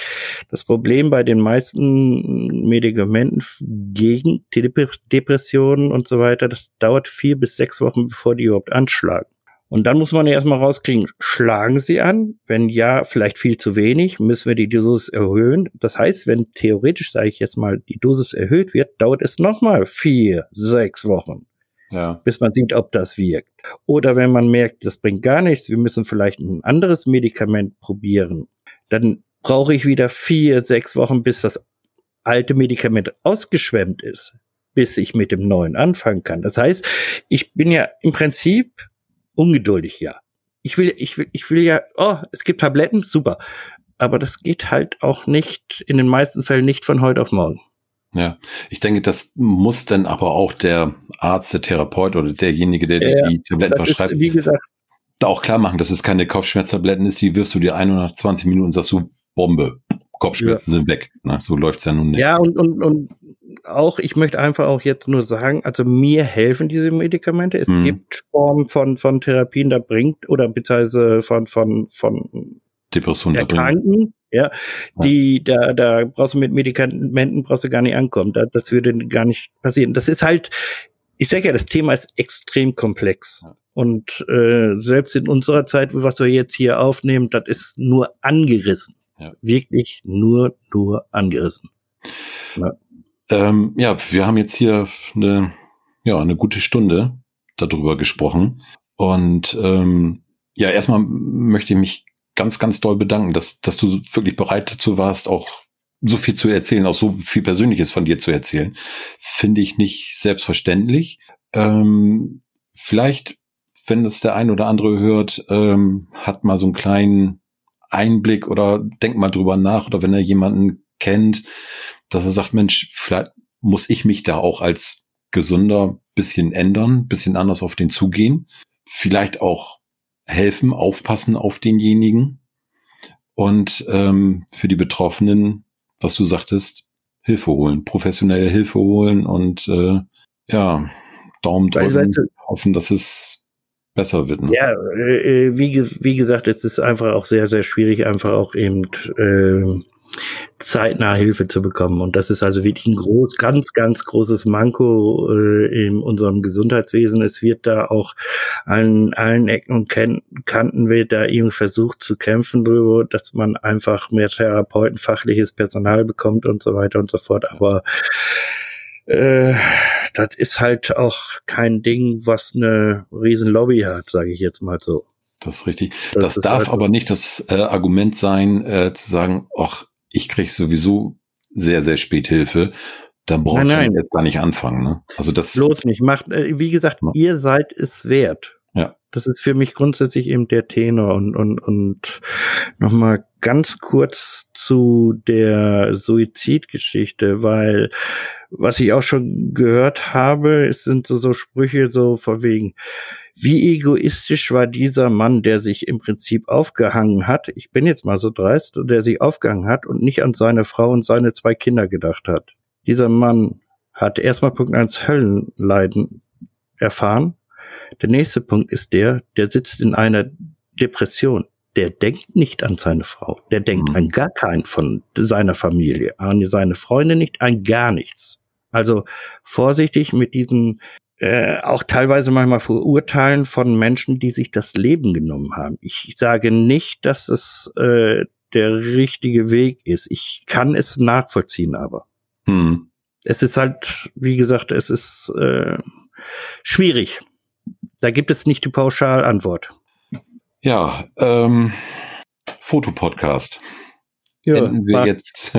B: das Problem bei den meisten Medikamenten gegen Depressionen und so weiter, das dauert vier bis sechs Wochen, bevor die überhaupt anschlagen. Und dann muss man ja erstmal rauskriegen, schlagen sie an? Wenn ja, vielleicht viel zu wenig, müssen wir die Dosis erhöhen. Das heißt, wenn theoretisch, sage ich jetzt mal, die Dosis erhöht wird, dauert es nochmal vier, sechs Wochen, ja, bis man sieht, ob das wirkt. Oder wenn man merkt, das bringt gar nichts, wir müssen vielleicht ein anderes Medikament probieren, dann brauche ich wieder vier, sechs Wochen, bis das alte Medikament ausgeschwemmt ist, bis ich mit dem neuen anfangen kann. Das heißt, ich bin ja im Prinzip ungeduldig, ja. Ich will, ich will, ich will ja, oh, es gibt Tabletten, super. Aber das geht halt auch nicht, in den meisten Fällen nicht von heute auf morgen.
A: Ja, ich denke, das muss dann aber auch der Arzt, der Therapeut oder derjenige, der ja, die Tabletten verschreibt,
B: ist, wie gesagt,
A: auch klar machen, dass es keine Kopfschmerztabletten ist, die wirfst du dir ein oder nach zwanzig Minuten und sagst du, Bombe, Kopfschmerzen ja. sind weg. Na, so läuft's ja nun nicht.
B: Ja, und, und, und auch, ich möchte einfach auch jetzt nur sagen, also mir helfen diese Medikamente. Es mhm. gibt Formen von, von Therapien, da bringt, oder beziehungsweise von, von, von
A: Depressionen
B: Erkrankten, ja, ja, die, da, da brauchst du mit Medikamenten brauchst du gar nicht ankommen. Da, das würde gar nicht passieren. Das ist halt, ich sage ja, das Thema ist extrem komplex. Ja. Und äh, selbst in unserer Zeit, was wir jetzt hier aufnehmen, das ist nur angerissen. Ja. Wirklich nur, nur angerissen.
A: Ja. Ähm, ja, wir haben jetzt hier eine, ja, eine gute Stunde darüber gesprochen. Und ähm, ja, erstmal möchte ich mich ganz, ganz doll bedanken, dass, dass du wirklich bereit dazu warst, auch so viel zu erzählen, auch so viel Persönliches von dir zu erzählen. Finde ich nicht selbstverständlich. Ähm, vielleicht, wenn das der ein oder andere hört, ähm, hat mal so einen kleinen Einblick oder denkt mal drüber nach, oder wenn er jemanden kennt, dass er sagt, Mensch, vielleicht muss ich mich da auch als Gesunder bisschen ändern, bisschen anders auf den zugehen, vielleicht auch helfen, aufpassen auf denjenigen und ähm, für die Betroffenen, was du sagtest, Hilfe holen, professionelle Hilfe holen und äh, ja, Daumen drücken, weißt du, hoffen, dass es besser wird. Ne?
B: Ja, äh, wie, wie gesagt, es ist einfach auch sehr, sehr schwierig, einfach auch eben äh, zeitnah Hilfe zu bekommen. Und das ist also wirklich ein groß, ganz, ganz großes Manko äh, in unserem Gesundheitswesen. Es wird da auch an allen Ecken und Kanten wird da irgendwie versucht zu kämpfen drüber, dass man einfach mehr Therapeuten, fachliches Personal bekommt und so weiter und so fort. Aber äh, das ist halt auch kein Ding, was eine riesen Lobby hat, sage ich jetzt mal so.
A: Das ist richtig. Das, das darf halt aber nicht das äh, Argument sein, äh, zu sagen, ach, ich kriege sowieso sehr, sehr spät Hilfe. Dann brauche ich jetzt gar nicht anfangen. Ne? Also das
B: bloß nicht. Macht, äh, wie gesagt, ja. Ihr seid es wert.
A: Ja.
B: Das ist für mich grundsätzlich eben der Tenor. Und, und, und nochmal ganz kurz zu der Suizidgeschichte, weil was ich auch schon gehört habe, es sind so, so Sprüche so von wegen, wie egoistisch war dieser Mann, der sich im Prinzip aufgehangen hat, ich bin jetzt mal so dreist, der sich aufgehangen hat und nicht an seine Frau und seine zwei Kinder gedacht hat. Dieser Mann hat erstmal Punkt eins Höllenleiden erfahren. Der nächste Punkt ist der, der sitzt in einer Depression. Der denkt nicht an seine Frau. Der denkt mhm. an gar keinen von seiner Familie, an seine Freunde nicht, an gar nichts. Also vorsichtig mit diesem äh, auch teilweise manchmal Verurteilen von Menschen, die sich das Leben genommen haben. Ich sage nicht, dass es äh, der richtige Weg ist. Ich kann es nachvollziehen, aber
A: mhm.
B: es ist halt, wie gesagt, es ist äh, schwierig. Da gibt es nicht die Pauschalantwort.
A: Ja, ähm, Fotopodcast.
B: Ja,
A: Enden wir jetzt.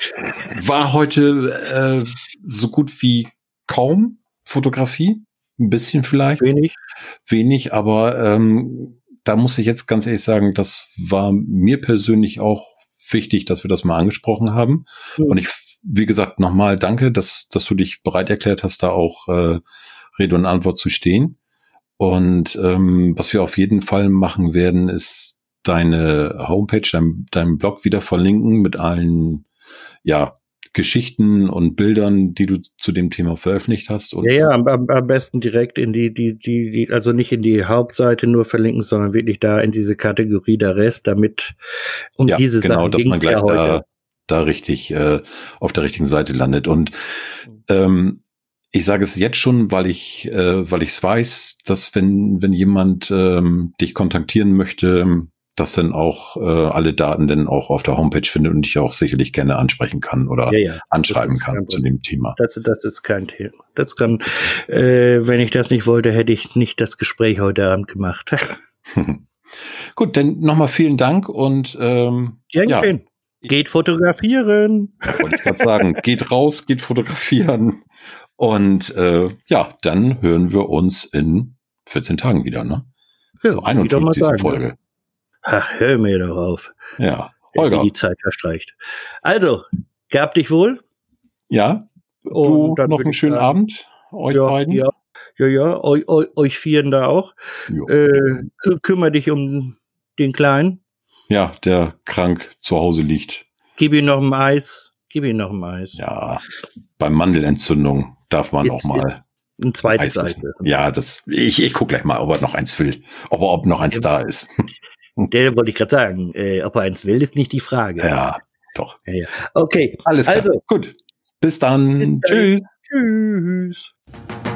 A: War heute äh, so gut wie kaum Fotografie. Ein bisschen vielleicht.
B: Wenig.
A: Wenig, aber ähm, da muss ich jetzt ganz ehrlich sagen, das war mir persönlich auch wichtig, dass wir das mal angesprochen haben. Mhm. Und ich, wie gesagt, nochmal danke, dass, dass du dich bereit erklärt hast, da auch äh, Rede und Antwort zu stehen. Und ähm, was wir auf jeden Fall machen werden, ist deine Homepage, dein, dein Blog wieder verlinken mit allen ja Geschichten und Bildern, die du zu dem Thema veröffentlicht hast. Und
B: ja, ja, am, am besten direkt in die, die, die, die, also nicht in die Hauptseite nur verlinken, sondern wirklich da in diese Kategorie der Rest, damit um
A: ja,
B: diese
A: genau,
B: Sachen
A: dass man gleich
B: ja
A: da, da richtig äh, auf der richtigen Seite landet. Und ähm, ich sage es jetzt schon, weil ich, äh, weil ich es weiß, dass wenn wenn jemand ähm, dich kontaktieren möchte, dass dann auch äh, alle Daten dann auch auf der Homepage findet und dich auch sicherlich gerne ansprechen kann oder
B: ja, ja,
A: anschreiben kann zu dem Thema.
B: Das, das ist kein Thema. Das kann, äh, wenn ich das nicht wollte, hätte ich nicht das Gespräch heute Abend gemacht.
A: Gut, dann nochmal vielen Dank und ähm,
B: ja, geht fotografieren.
A: Ja, wollte ich gerade sagen, geht raus, geht fotografieren. Und äh, ja, dann hören wir uns in vierzehn Tagen wieder, ne?
B: Ja,
A: zur einundfünfzigsten Folge.
B: Ne? Ach, hör mir doch auf.
A: Ja, Holger.
B: Wie die Zeit verstreicht. Also, gab dich wohl.
A: Ja, und du noch einen schönen sagen, Abend, euch
B: ja,
A: beiden.
B: Ja, ja, ja, euch, euch, euch vieren da auch. Äh, kü- kümmere dich um den Kleinen.
A: Ja, der krank zu Hause liegt.
B: Gib ihm noch ein Eis. Gib ihm noch ein Eis.
A: Ja, bei Mandelentzündung darf man
B: Jetzt,
A: auch mal
B: ein zweites Eis
A: essen. Ja, das, ich, ich gucke gleich mal, ob er noch eins will. Ob er, ob noch eins ja. da ist.
B: Der wollte ich gerade sagen. Äh, ob er eins will, ist nicht die Frage.
A: Ja, doch.
B: Ja, ja. Okay.
A: Alles klar.
B: Also,
A: gut. Bis dann.
B: Bis dann.
A: Tschüss.
B: Tschüss.